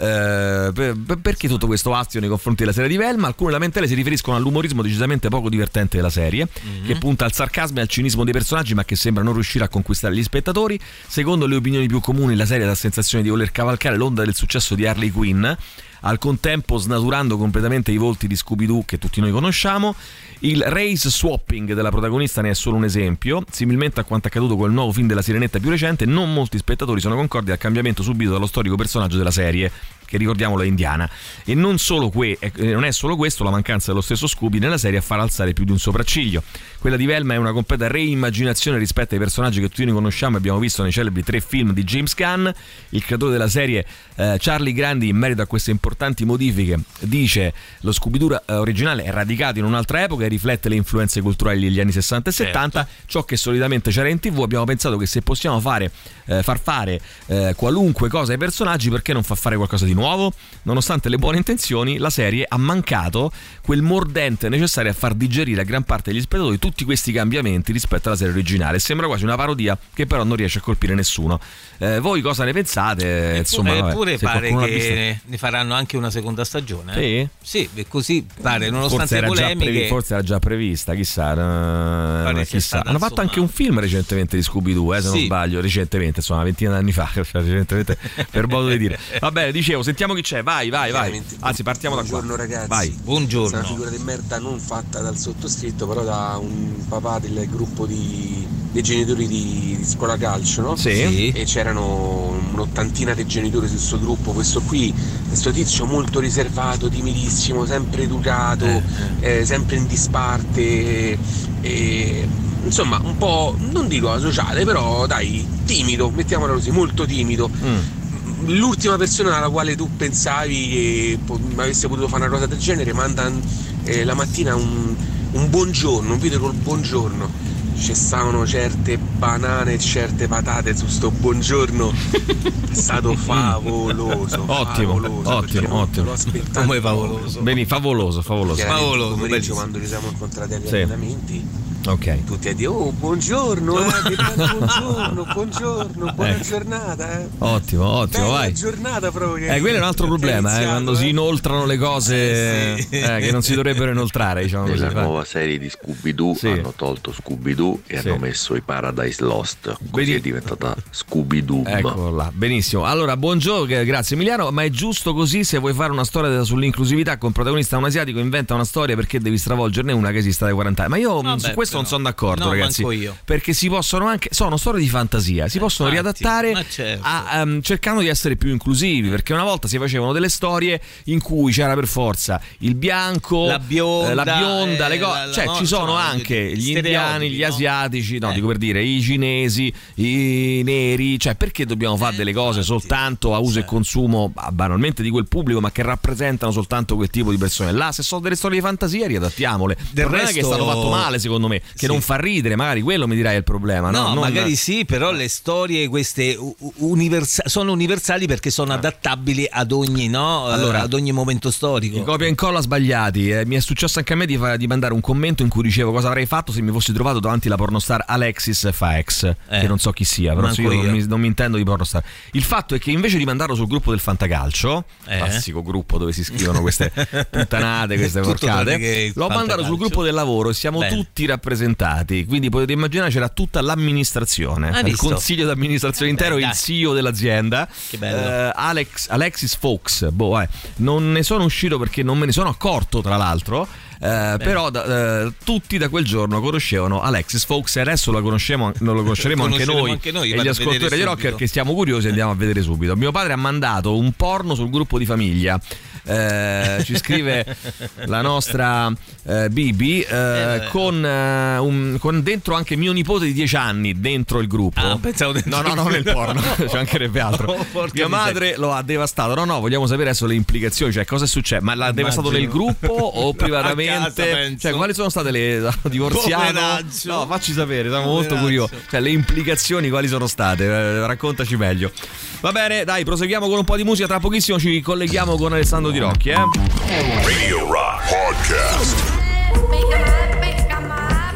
Eh, per, perché tutto questo astio nei confronti della serie di Velma? Alcune lamentele si riferiscono all'umorismo decisamente poco divertente della serie, mm-hmm. che punta al sarcasmo e al cinismo dei personaggi, ma che sembra non riuscire a conquistare gli spettatori. Secondo le opinioni più comuni, la serie dà la sensazione di voler cavalcare l'onda del successo di Harley Quinn, al contempo snaturando completamente i volti di Scooby-Doo che tutti noi conosciamo. Il race swapping della protagonista ne è solo un esempio. Similmente a quanto accaduto con il nuovo film della Sirenetta più recente, non molti spettatori sono concordi al cambiamento subito dallo storico personaggio della serie, che ricordiamolo è indiana. E non, solo que- non è solo questo, la mancanza dello stesso Scooby nella serie a far alzare più di un sopracciglio. Quella di Velma è una completa reimmaginazione rispetto ai personaggi che tutti noi conosciamo e abbiamo visto nei celebri tre film di James Gunn. Il creatore della serie, eh, Charlie Grandi, in merito a queste importanti modifiche dice: lo Scooby-Doo originale è radicato in un'altra epoca e riflette le influenze culturali degli anni sessanta e settanta, certo. Ciò che solitamente c'era in tv. Abbiamo pensato che se possiamo fare eh, far fare eh, qualunque cosa ai personaggi, perché non far fare qualcosa di nuovo? Nonostante le buone intenzioni, la serie ha mancato quel mordente necessario a far digerire a gran parte degli spettatori tutti questi cambiamenti rispetto alla serie originale. Sembra quasi una parodia che però non riesce a colpire nessuno. Eh, voi cosa ne pensate? Insomma, eppure vabbè, pare che ne faranno anche una seconda stagione. Eh? Sì, sì, così pare, nonostante forse le polemiche. Previ- forse era già prevista, chissà. Eh, chissà. Hanno fatto anche un film recentemente di Scooby-Doo, eh, se sì. non sbaglio, recentemente, insomma, una ventina d'anni fa, cioè, recentemente, per modo di dire. Va bene, dicevo, sentiamo chi c'è, vai, vai, vai. Anzi, partiamo da qua. Buongiorno ragazzi. Vai. Buongiorno. È una figura di merda non fatta dal sottoscritto, però da un papà del gruppo di, dei genitori di, di scuola calcio, no? Sì. E c'erano un'ottantina di genitori su questo gruppo. Questo qui, questo tizio molto riservato, timidissimo, sempre educato, eh. Eh, sempre in disparte, e, e, insomma un po', non dico asociale, però dai, timido, mettiamolo così, molto timido. Mm. L'ultima persona alla quale tu pensavi che avesse potuto fare una cosa del genere manda eh, la mattina un, un buongiorno, un video col buongiorno. Ci stavano certe banane e certe patate su sto buongiorno. È stato favoloso. Ottimo, favoloso, ottimo, ottimo. L'ho aspettato. Come favoloso? Bene, favoloso, favoloso. Favoloso, pomeriggio quando ci siamo incontrati agli sì. allenamenti. Ok. Tutti a dire oh buongiorno, eh, buongiorno, buongiorno, buona eh. giornata, eh. Ottimo, ottimo, Bella vai. giornata proprio. Eh, quello è un altro problema, eh, quando eh. si inoltrano le cose eh, sì. eh, che non si dovrebbero inoltrare, diciamo Nella così. nuova vai. serie di Scooby-Doo sì. hanno tolto Scooby-Doo e sì. hanno messo i Paradise Lost, così Beni- è diventata Scooby-Doo. Ecco là, benissimo. Allora, buongiorno, grazie Emiliano, ma è giusto così? Se vuoi fare una storia sull'inclusività con protagonista un asiatico, inventa una storia, perché devi stravolgerne una che esista da quaranta anni? Ma io Vabbè, su questo però. non sono d'accordo, No, ragazzi, io. perché si possono anche, sono storie di fantasia, si eh, possono infatti, riadattare certo. a, um, cercando di essere più inclusivi, perché una volta si facevano delle storie in cui c'era per forza il bianco, la bionda, eh, la bionda eh, le co- la, la, cioè no, ci sono no, anche gli indiani, gli no? asiatici, no, eh. dico per dire i cinesi, i neri, cioè perché dobbiamo fare eh, delle cose infatti, soltanto a uso cioè. e consumo banalmente di quel pubblico, ma che rappresentano soltanto quel tipo di persone? Là, se sono delle storie di fantasia, riadattiamole. Il Del problema resto... è che è stato fatto male, secondo me, che sì. non fa ridere, magari quello mi dirai è il problema, no? No, non... magari sì, però le storie queste universa- sono universali perché sono adattabili ad ogni, no? Allora, ad ogni momento storico. I copia e incolla sbagliati. Eh, mi è successo anche a me di, fa- di mandare un commento in cui dicevo cosa avrei fatto se mi fossi trovato davanti la pornostar Alexis Faex, eh, che non so chi sia, però io, io. Non, mi, non mi intendo di pornostar. Il fatto è che invece di mandarlo sul gruppo del Fantacalcio, eh. classico gruppo dove si scrivono queste puttanate, queste porcate, l'ho mandato sul gruppo del lavoro e siamo Bene. tutti rappresentati. Quindi potete immaginare c'era tutta l'amministrazione, Hai il visto? consiglio d'amministrazione intero, Beh, il C E O dell'azienda. Che bello. Eh, Alex, Alexis Fox, boh, eh. non ne sono uscito perché non me ne sono accorto, tra l'altro. Eh, però da, eh, tutti da quel giorno conoscevano Alexis Fox e adesso lo conosciamo, lo conosceremo anche noi, anche noi e gli ascoltatori di Rocker, che siamo curiosi e andiamo a vedere subito. Mio padre ha mandato un porno sul gruppo di famiglia. Eh, ci scrive la nostra eh, Bibi eh, con, eh, un, con dentro anche mio nipote di dieci anni dentro il gruppo. Ah, pensavo dentro no no no nel porno, no. Ci mancherebbe altro. Oh, mia madre lo ha devastato. No no vogliamo sapere adesso le implicazioni, cioè cosa è successo, ma l'ha Immagino. devastato nel gruppo o privatamente? Casa, cioè quali sono state le divorziato? No, facci sapere, siamo molto curiosi, cioè le implicazioni quali sono state, eh, raccontaci meglio. Va bene, dai, proseguiamo con un po' di musica, tra pochissimo ci colleghiamo con Alessandro Di Rocchi, eh? Radio Rock Podcast.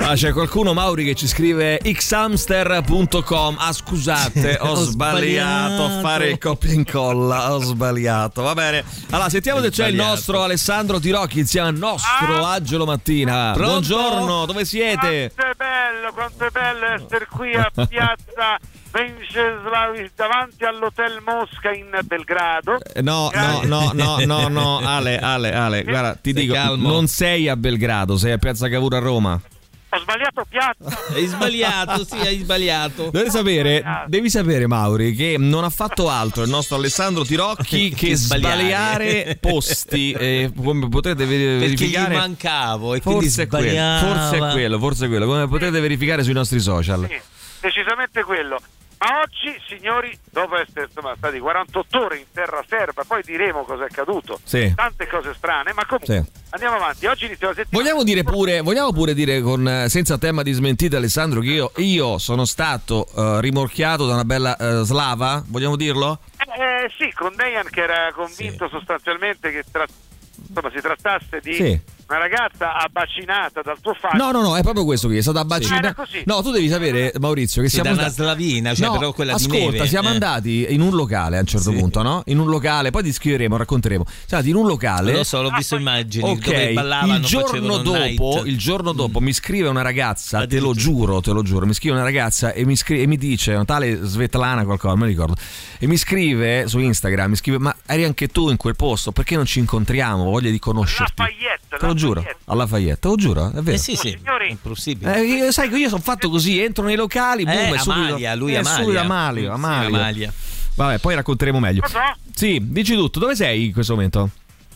Ah, c'è qualcuno, Mauri, che ci scrive xhamster punto com. Ah, scusate, ho, ho sbagliato. sbagliato a fare il copia e incolla. Ho sbagliato. Va bene. Allora, sentiamo se c'è il nostro Alessandro Tirocchi insieme al nostro ah. Angelo Mattina. Pronto? Buongiorno, dove siete? Quanto è bello, quanto è bello essere qui a Piazza Venceslavi davanti all'Hotel Mosca in Belgrado. No, no, no, no, no, no, Ale, Ale, Ale, guarda, ti sei dico, calmo. Non sei a Belgrado, sei a Piazza Cavour a Roma. Ho sbagliato piazza. Hai sbagliato, sì, hai sbagliato. Devi sapere, devi sapere, Mauri, che non ha fatto altro il nostro Alessandro Tirocchi che, che sbagliare posti. Eh, come potete verificare, perché gli mancavo e forse quindi è quello, forse è quello, forse è quello. Come potete verificare sui nostri social. Sì, decisamente quello. Ma oggi, signori, dopo essere insomma, stati quarantotto ore in terra serba, poi diremo cosa è accaduto, sì. Tante cose strane, ma comunque sì. Andiamo avanti. Oggi inizia la settimana. Vogliamo dire pure, vogliamo pure dire con senza tema di smentita, Alessandro, che io, io sono stato uh, rimorchiato da una bella uh, slava, vogliamo dirlo? Eh, sì, con Dejan che era convinto sì. sostanzialmente che tra, insomma, si trattasse di... Sì. Una ragazza abbacinata dal tuo fatto. No, no, no, è proprio questo che è stata abbacinata. Sì, no, tu devi sapere, Maurizio, che sì, siamo da una slavina, cioè no, però quella ascolta, di neve. siamo eh. andati in un locale a un certo sì. punto, no? In un locale, poi ti scriveremo, racconteremo. Siamo andati in un locale. Lo so, l'ho visto immagini okay. dove ballavano, il giorno dopo, il giorno dopo mm. mi scrive una ragazza, ah, te lo giuro, te lo giuro, mi scrive una ragazza e mi scrive e mi dice, una tale Svetlana qualcosa, non mi ricordo. E mi scrive su Instagram, mi scrive: "Ma eri anche tu in quel posto? Perché non ci incontriamo? Ho voglia di conoscerti." Lafayette, te lo giuro. Alla Fayette, te lo giuro, è vero. Eh sì, sì, signori, è impossibile. Eh, io, sai che io sono fatto così, entro nei locali, boom, eh, e subito, Amalia, lui eh, Amalia. subito Amalia, Amalia. Sì, Amalia. Vabbè, poi racconteremo meglio. Lo so. Sì, dici tutto. Dove sei in questo momento?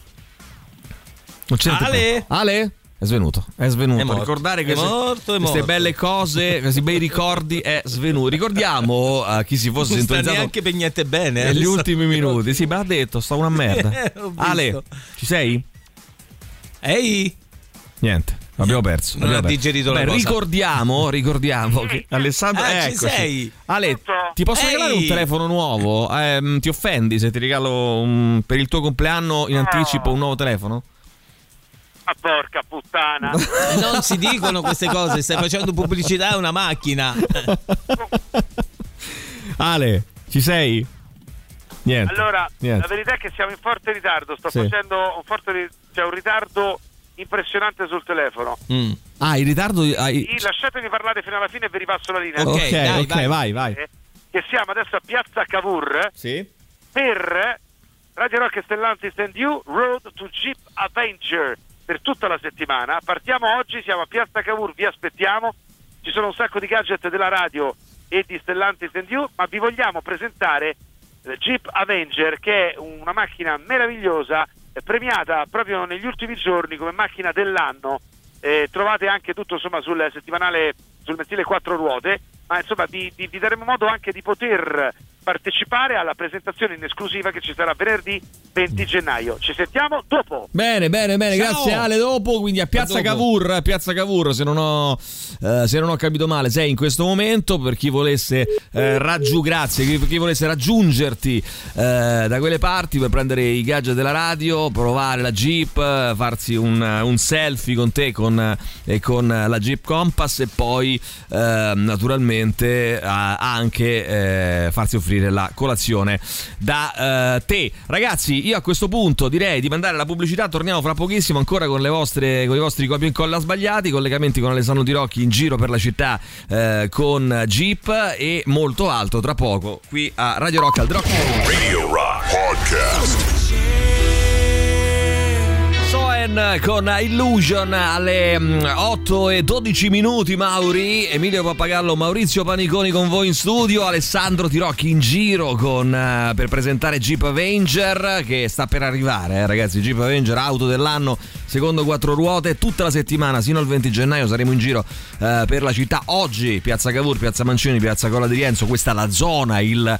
Non c'è Ale? Ale? È svenuto, è svenuto. È morto. Ricordare che queste, morto, queste belle cose, questi bei ricordi, è svenuto. Ricordiamo a chi si fosse non sintonizzato neanche per niente bene negli ultimi minuti. Sì, ma ha detto, sta una merda. Ale, ci sei? Ehi? Niente, l'abbiamo perso. Non l'abbiamo ha perso. digerito Beh, la cosa. Ricordiamo, ricordiamo che Alessandro, ah, eccoci. Ci sei? Ale, ti posso Ehi. regalare un telefono nuovo? Eh, ti offendi se ti regalo um, per il tuo compleanno in anticipo un nuovo telefono? Ah, porca puttana. Non si dicono queste cose, stai facendo pubblicità a una macchina. Ale, ci sei? Niente. Allora, niente. la verità è che siamo in forte ritardo, sto sì. facendo un forte c'è un ritardo impressionante sul telefono. Mm. Ah, in ritardo hai... Sì, lasciatemi parlare fino alla fine e vi ripasso la linea. Ok, ok, dai, okay, vai, vai. Eh, che siamo adesso a Piazza Cavour sì. per Radio Rock e Stellantis and You Road to Jeep Avenger per tutta la settimana. Partiamo oggi, siamo a Piazza Cavour, vi aspettiamo. Ci sono un sacco di gadget della radio e di Stellantis and You, ma vi vogliamo presentare il Jeep Avenger, che è una macchina meravigliosa, premiata proprio negli ultimi giorni come macchina dell'anno. Eh, trovate anche tutto insomma sul settimanale, sul mensile quattro ruote, ma insomma vi, vi, vi daremo modo anche di poter partecipare alla presentazione in esclusiva che ci sarà venerdì venti gennaio. Ci sentiamo dopo. Bene, bene, bene. Ciao. Grazie Ale. Dopo, quindi a Piazza Cavour, Piazza Cavour, se non ho eh, se non ho capito male, sei in questo momento. Per chi volesse eh, raggiù, grazie, chi, chi volesse raggiungerti eh, da quelle parti per prendere i gadget della radio, provare la Jeep, farsi un, un selfie con te con, e con la Jeep Compass e poi eh, naturalmente eh, anche eh, farsi offrire la colazione da uh, te. Ragazzi, io a questo punto direi di mandare la pubblicità. Torniamo fra pochissimo ancora con le vostre con i vostri copia e incolla sbagliati, collegamenti con Alessandro Tirocchi in giro per la città uh, con Jeep e molto altro tra poco qui a Radio Rock al Rock Radio Rock Podcast. Con Illusion alle otto e dodici minuti. Mauri, Emilio Pappagallo, Maurizio Paniconi con voi in studio, Alessandro Tirocchi in giro con, uh, per presentare Jeep Avenger che sta per arrivare, eh, ragazzi. Jeep Avenger, auto dell'anno, secondo quattro ruote. Tutta la settimana sino al venti gennaio saremo in giro uh, per la città. Oggi Piazza Cavour, Piazza Mancini, Piazza Cola di Rienzo. Questa è la zona, il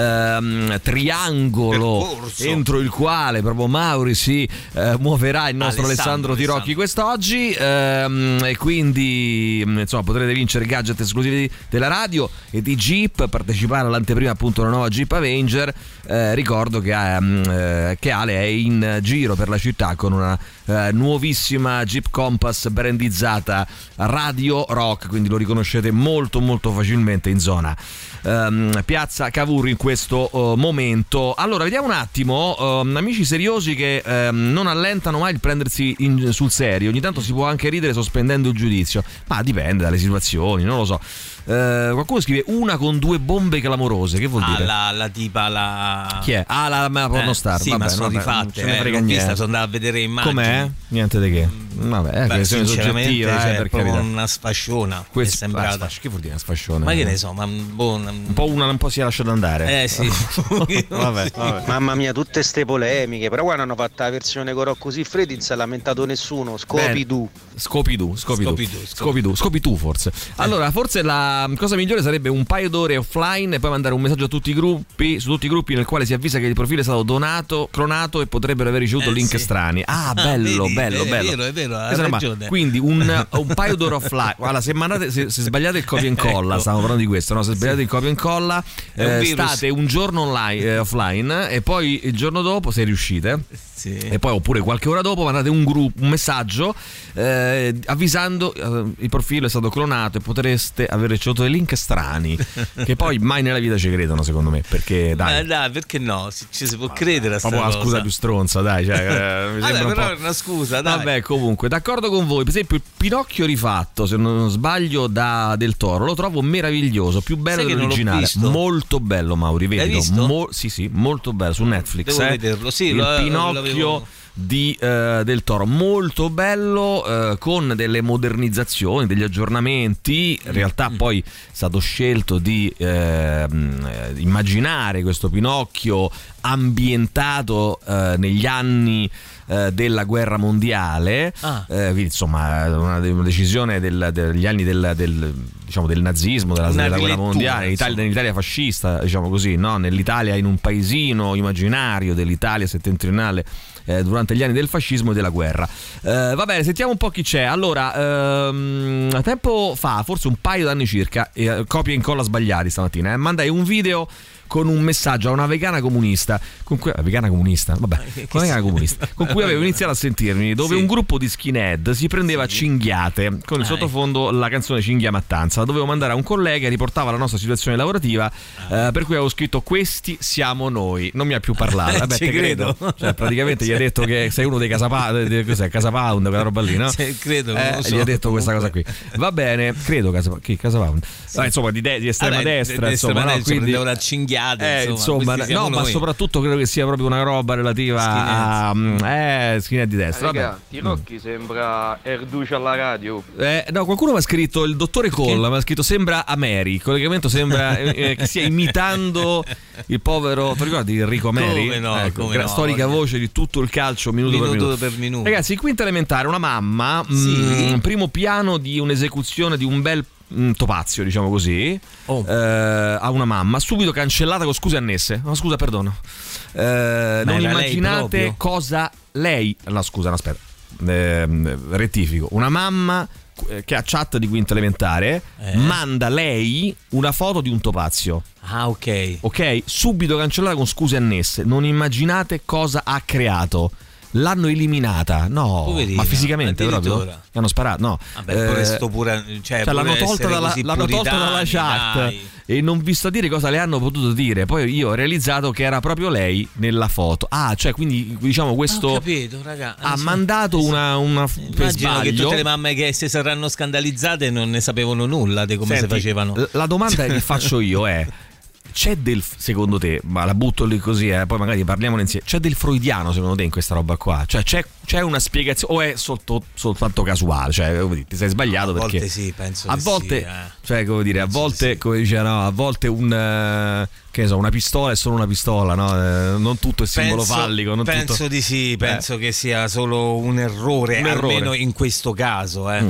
uh, triangolo percorso entro il quale proprio Mauri si uh, muoverà, il nostro nostro Alessandro, Alessandro Tirocchi quest'oggi, ehm, e quindi insomma potrete vincere gadget esclusivi della radio e di Jeep, partecipare all'anteprima appunto una nuova Jeep Avenger. Eh, ricordo che, eh, che Ale è in giro per la città con una eh, nuovissima Jeep Compass brandizzata Radio Rock, quindi lo riconoscete molto molto facilmente in zona ehm, Piazza Cavour in questo uh, momento. Allora vediamo un attimo, uh, amici seriosi che uh, non allentano mai il prendersi in, sul serio, ogni tanto si può anche ridere sospendendo il giudizio, ma dipende dalle situazioni, non lo so. Uh, qualcuno scrive una con due bombe clamorose, che vuol ah, dire? La, la tipa la chi è? Ah, la, la pornostar. Eh, sì, vabbè, ma sono vabbè, rifatte, non eh, frega l'ho niente. vista, sono andato a vedere immagini. Com'è? Niente di che. Vabbè, è Beh, questione soggettiva, cioè, eh, per proprio carità. una sfasciona. Questo, è sembrata. ah, che vuol dire una sfasciona? Ma che ne so, ma boh, una... un po' una un po' si è lasciato andare. Eh sì. vabbè, vabbè. Mamma mia, tutte ste polemiche, però quando hanno fatto la versione con Rocco Siffredi non si è lamentato nessuno. Scopidù. Scopidù, Scopidù. Scopidù, Scopidù, Scopidù forse. Allora, forse la cosa migliore sarebbe un paio d'ore offline e poi mandare un messaggio a tutti i gruppi, su tutti i gruppi nel quale si avvisa che il profilo è stato donato, clonato e potrebbero aver ricevuto eh, link sì. strani. Ah, bello, vedi, bello, è bello. È vero, è vero, hai Esatto, ragione. Quindi un, un paio d'ore offline. Guarda, se, mandate, se, se sbagliate il copia e incolla, Ecco. stiamo parlando di questo, no? Se sbagliate sì. il copia e incolla, È un eh, virus. state un giorno online, eh, offline e poi il giorno dopo, se riuscite, sì. e poi oppure qualche ora dopo mandate un gruppo, un messaggio eh, avvisando eh, il profilo è stato clonato e potreste aver ricevuto dei link strani che poi mai nella vita ci credono, secondo me, perché dai, Ma dai, perché no? Si, ci si può credere a sta proprio la cosa. scusa più stronza, dai, cioè, eh, mi Vabbè, sembra un però po'... è una scusa, dai. Vabbè, comunque, d'accordo con voi. Per esempio il Pinocchio rifatto, se non sbaglio, da Del Toro, lo trovo meraviglioso, più bello Sai che non l'ho dell'originale. visto? Molto bello, Mauri, L'hai vedo. visto? Mo- sì, sì, molto bello su Netflix. Devo eh. vederlo, sì, il lo- Pinocchio l'avevo... di eh, Del Toro, molto bello, eh, con delle modernizzazioni, degli aggiornamenti. In realtà Mm. poi è stato scelto di eh, immaginare questo Pinocchio ambientato eh, negli anni eh, della guerra mondiale. Ah. eh, quindi, insomma, una, una decisione del, degli anni del, del, diciamo, del nazismo, della, Una della guerra rilettura, mondiale, in Italia, nell'Italia fascista, diciamo così, no? Nell'Italia, in un paesino immaginario dell'Italia settentrionale eh, durante gli anni del fascismo e della guerra. Eh, va bene, sentiamo un po' chi c'è. Allora, ehm, tempo fa, forse un paio d'anni circa, eh, copia e incolla sbagliati stamattina, eh, mandai un video con un messaggio a una vegana comunista con cui, vegana comunista, vabbè, una vegana comunista con cui avevo iniziato a sentirmi, dove Sì. un gruppo di skinhead si prendeva Sì. cinghiate con il Ah, sottofondo la canzone Cinghia Mattanza. La dovevo mandare a un collega, riportava la nostra situazione lavorativa, Ah. eh, per cui avevo scritto questi siamo noi. Non mi ha più parlato. Vabbè, Ci te credo. credo. Cioè, praticamente gli ha detto che sei uno dei Casapound, cos'è? Casapound, quella roba lì, no? Sì, credo, non Eh, lo so. gli ha detto questa cosa qui. Va bene, credo Casa, chi, Casapound. Ah, insomma, di, de- di estrema Vabbè, destra, di insomma, estrema no? destra, Quindi prendevano a cinghiate, eh, insomma, insomma, questi siamo no, ma noi. soprattutto credo che sia proprio una roba relativa a eh, skinhead di destra. Vabbè. Raga, Tirocchi sembra Erduce alla radio. Eh, no, qualcuno mi ha scritto, il dottore Colla mi ha scritto sembra Ameri, il collegamento sembra eh, che stia imitando il povero, ti ricordi Enrico Ameri? Come no, Ecco, come gra- no, storica voglio. voce di tutto il calcio minuto, Minuto per, minuto. per minuto. Ragazzi, quinta elementare, una mamma, Sì. mh, primo piano di un'esecuzione di un bel mh, topazio, diciamo così, Oh. eh, a una mamma, subito cancellata con scuse annesse. No, scusa, perdono. Eh, non era lei immaginate proprio? cosa lei, no scusa, no, aspetta, eh, rettifico, una mamma eh, che ha chat di quinta elementare Eh. manda lei una foto di un topazio, Ah, ok. ok, subito cancellata con scuse annesse. Non immaginate cosa ha creato. L'hanno eliminata, no, Poverina, ma fisicamente proprio addirittura. l'hanno sparato, no. Vabbè, pure Eh, sto pure, cioè, cioè, pure l'hanno tolta, essere dalla, così l'hanno tolta dalla puritani, chat dai. e non vi sto a dire cosa le hanno potuto dire. Poi io ho realizzato che era proprio lei nella foto. Ah, cioè, quindi diciamo questo Ho capito, raga. ha Sì. mandato una, una per Immagino sbaglio. che tutte le mamme che si saranno scandalizzate non ne sapevano nulla di come Senti, si facevano. l- La domanda che faccio io è: c'è del, secondo te, ma la butto lì così, eh, poi magari parliamone insieme, c'è del freudiano secondo te in questa roba qua? Cioè c'è, c'è una spiegazione o è solto- soltanto casuale? Cioè come dire, ti sei sbagliato A perché volte sì, penso a che volte, sì, eh. cioè come dire, a Penso volte di sì. come dice no, a volte un eh, che ne so, una pistola è solo una pistola, no? Eh, non tutto è simbolo Penso, fallico, non penso tutto... di sì, penso che sia solo un errore, Un errore. almeno in questo caso, eh. Mm.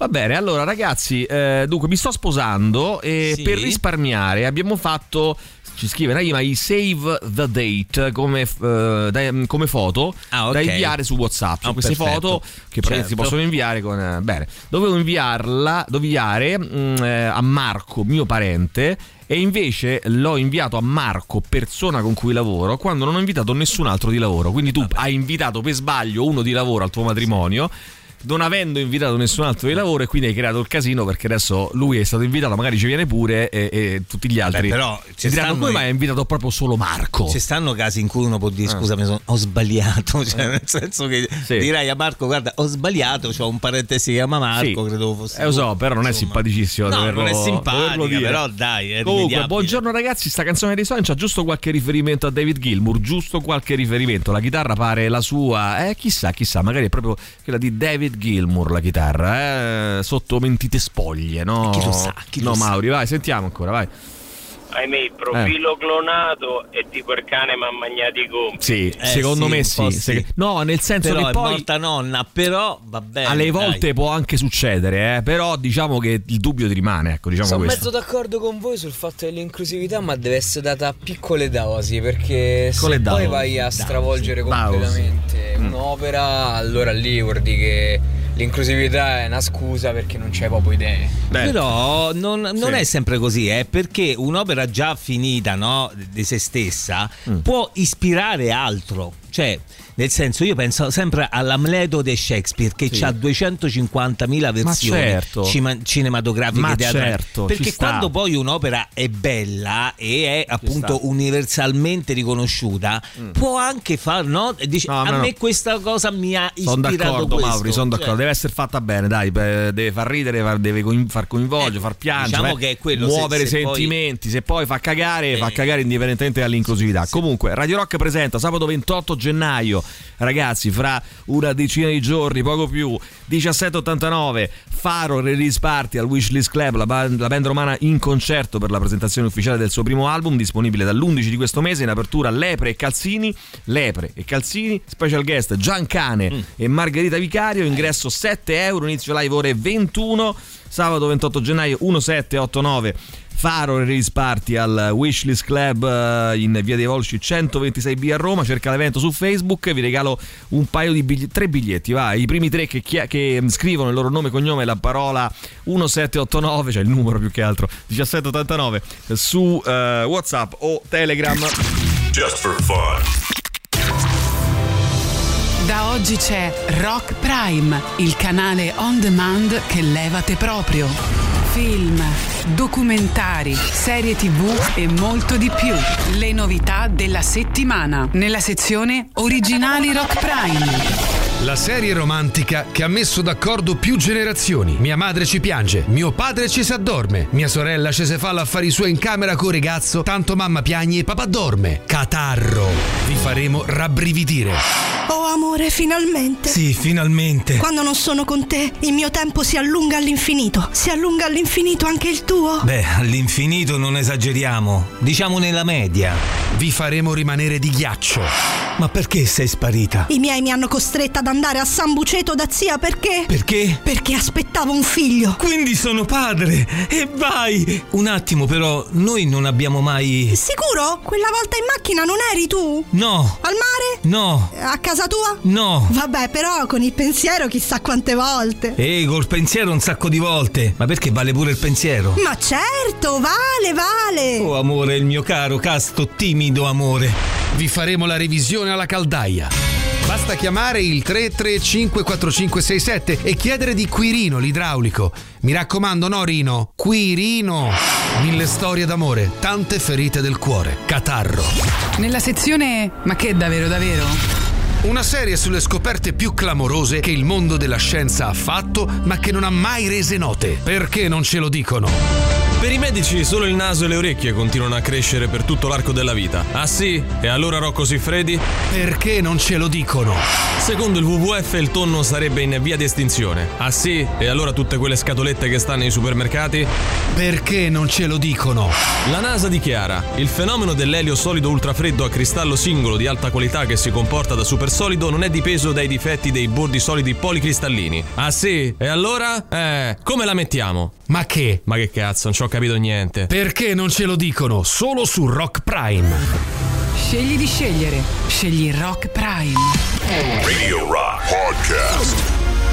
Va bene, allora ragazzi, eh, dunque mi sto sposando e Sì. per risparmiare abbiamo fatto, ci scrive Naima, i save the date come, eh, da- come foto Ah, ok. da inviare su WhatsApp. Ah, Queste perfetto. foto che praticamente si Certo. possono inviare con eh, bene. Dovevo inviarla, dovevo inviare mh, eh, a Marco, mio parente, e invece l'ho inviato a Marco, persona con cui lavoro, quando non ho invitato nessun altro di lavoro. Quindi tu Vabbè. hai invitato per sbaglio uno di lavoro al tuo matrimonio, non avendo invitato nessun altro di lavoro, e quindi hai creato il casino, perché adesso lui è stato invitato, magari ci viene pure, e, e tutti gli altri Beh, però ci ci diranno stanno come i- mai hai invitato proprio solo Marco. Ci stanno casi in cui uno può dire Ah. scusami, sono- ho sbagliato, cioè, nel senso che Sì. direi a Marco guarda ho sbagliato, c'ho un parente che si chiama Marco, Sì. credo fosse Eh, lo so, tu. però non è Insomma. simpaticissimo No, doverlo- non è doverlo simpatica, dire. però dai, è Comunque, rimediabile. buongiorno ragazzi, sta canzone dei Sogni c'ha giusto qualche riferimento a David Gilmour, giusto qualche riferimento, la chitarra pare la sua, eh chissà, chissà, magari è proprio quella di David Gilmour la chitarra, eh, sotto mentite spoglie, no? Chi lo sa, chi no, lo sa. Mauri, vai, sentiamo ancora, vai. Ahimè, il profilo clonato è tipo il cane ma ha mangiato i gomiti. Sì, Eh, secondo sì, me un sì. po' Se- sì. No, nel senso Però che è poi morta nonna, però va bene. alle volte dai. può anche succedere, eh, però diciamo che il dubbio ti rimane, ecco, diciamo Sono questo. mezzo d'accordo con voi sul fatto dell'inclusività, ma deve essere data a piccole dosi, perché Piccole se poi dosi, vai a dosi, stravolgere dosi. completamente Mm. un'opera, allora lì vuol dire che l'inclusività è una scusa perché non c'hai proprio idee. Beh, Però non, non Sì. è sempre così, eh, perché un'opera già finita, no, di se stessa Mm. può ispirare altro. Cioè, nel senso, io penso sempre all'Amleto di Shakespeare che Sì. ha duecentocinquantamila versioni certo. cima- cinematografiche, Ma teatrali. certo, perché ci sta. quando poi un'opera è bella e è appunto sta. universalmente riconosciuta, Mm. può anche far, no? E dici, No, a no, me no. questa cosa mi ha Sono ispirato d'accordo, questo. Mauri, sono d'accordo. Cioè, Deve essere fatta bene, dai, beh, deve far ridere, far- deve coin- far coinvolgere, Ecco, far piangere, diciamo eh, che è quello, muovere se- se poi- sentimenti. Se poi fa cagare, Eh. fa cagare indipendentemente dall'inclusività. Comunque, Radio Rock presenta sabato ventotto gennaio, ragazzi, fra una decina di giorni, poco più, diciassette ottantanove, Faro Release Party al Wishlist Club, la band, la band romana in concerto per la presentazione ufficiale del suo primo album, disponibile dall'undici di questo mese. In apertura Lepre e Calzini, Lepre e Calzini, special guest Giancane Mm. e Margherita Vicario, ingresso sette euro, inizio live ore ventuno, sabato ventotto gennaio millesettecentottantanove, Faro Release Party al Wishlist Club eh, in via dei Volsci centoventisei B a Roma. Cerca l'evento su Facebook, vi regalo un paio di biglietti, tre biglietti, va, i primi tre che, chia- che scrivono il loro nome e cognome e la parola millesettecentoottantanove, cioè il numero più che altro diciassette ottantanove, su eh, WhatsApp o Telegram. Just for fun. Da oggi c'è Rock Prime, il canale on demand che levate proprio. Film, documentari, serie tv e molto di più. Le novità della settimana nella sezione Originali Rock Prime. La serie romantica che ha messo d'accordo più generazioni. Mia madre ci piange, mio padre ci si addorme, mia sorella ci se fa l'affari sua in camera co' ragazzo, tanto mamma piagne e papà dorme. Catarro. Vi faremo rabbrividire. Oh amore, finalmente. Sì, finalmente. Quando non sono con te, il mio tempo si allunga all'infinito. Si allunga all'infinito anche il tuo? Beh, all'infinito non esageriamo, diciamo nella media. Vi faremo rimanere di ghiaccio. Ma perché sei sparita? I miei mi hanno costretta ad andare a San Buceto da zia perché? Perché? Perché aspettavo un figlio. Quindi sono padre! E vai! Un attimo però, noi non abbiamo mai... Sicuro? Quella volta in macchina non eri tu? No! Al mare? No! A casa tua? No! Vabbè, però con il pensiero chissà quante volte. Ehi, col pensiero un sacco di volte. Ma perché vale pure il pensiero? Ma certo, vale, vale. Oh amore, il mio caro, casto, timido amore. Vi faremo la revisione alla caldaia. Basta chiamare il tre tre cinque quattro cinque sei sette e chiedere di Quirino, l'idraulico. Mi raccomando, no Rino, Quirino. Mille storie d'amore, tante ferite del cuore. Catarro. Nella sezione Ma che davvero davvero? Una serie sulle scoperte più clamorose che il mondo della scienza ha fatto, ma che non ha mai rese note. Perché non ce lo dicono? Per i medici solo il naso e le orecchie continuano a crescere per tutto l'arco della vita. Ah sì? E allora Rocco Siffredi? Perché non ce lo dicono? Secondo il W W F il tonno sarebbe in via di estinzione. Ah sì? E allora tutte quelle scatolette che stanno nei supermercati? Perché non ce lo dicono? La NASA dichiara: il fenomeno dell'elio solido ultrafreddo a cristallo singolo di alta qualità che si comporta da supersolido non è dipeso dai difetti dei bordi solidi policristallini. Ah sì? E allora? Eh, come la mettiamo? Ma che? Ma che cazzo, non ci ho capito niente. Perché non ce lo dicono? Solo su Rock Prime. Scegli di scegliere. Scegli Rock Prime. Radio Rock Podcast.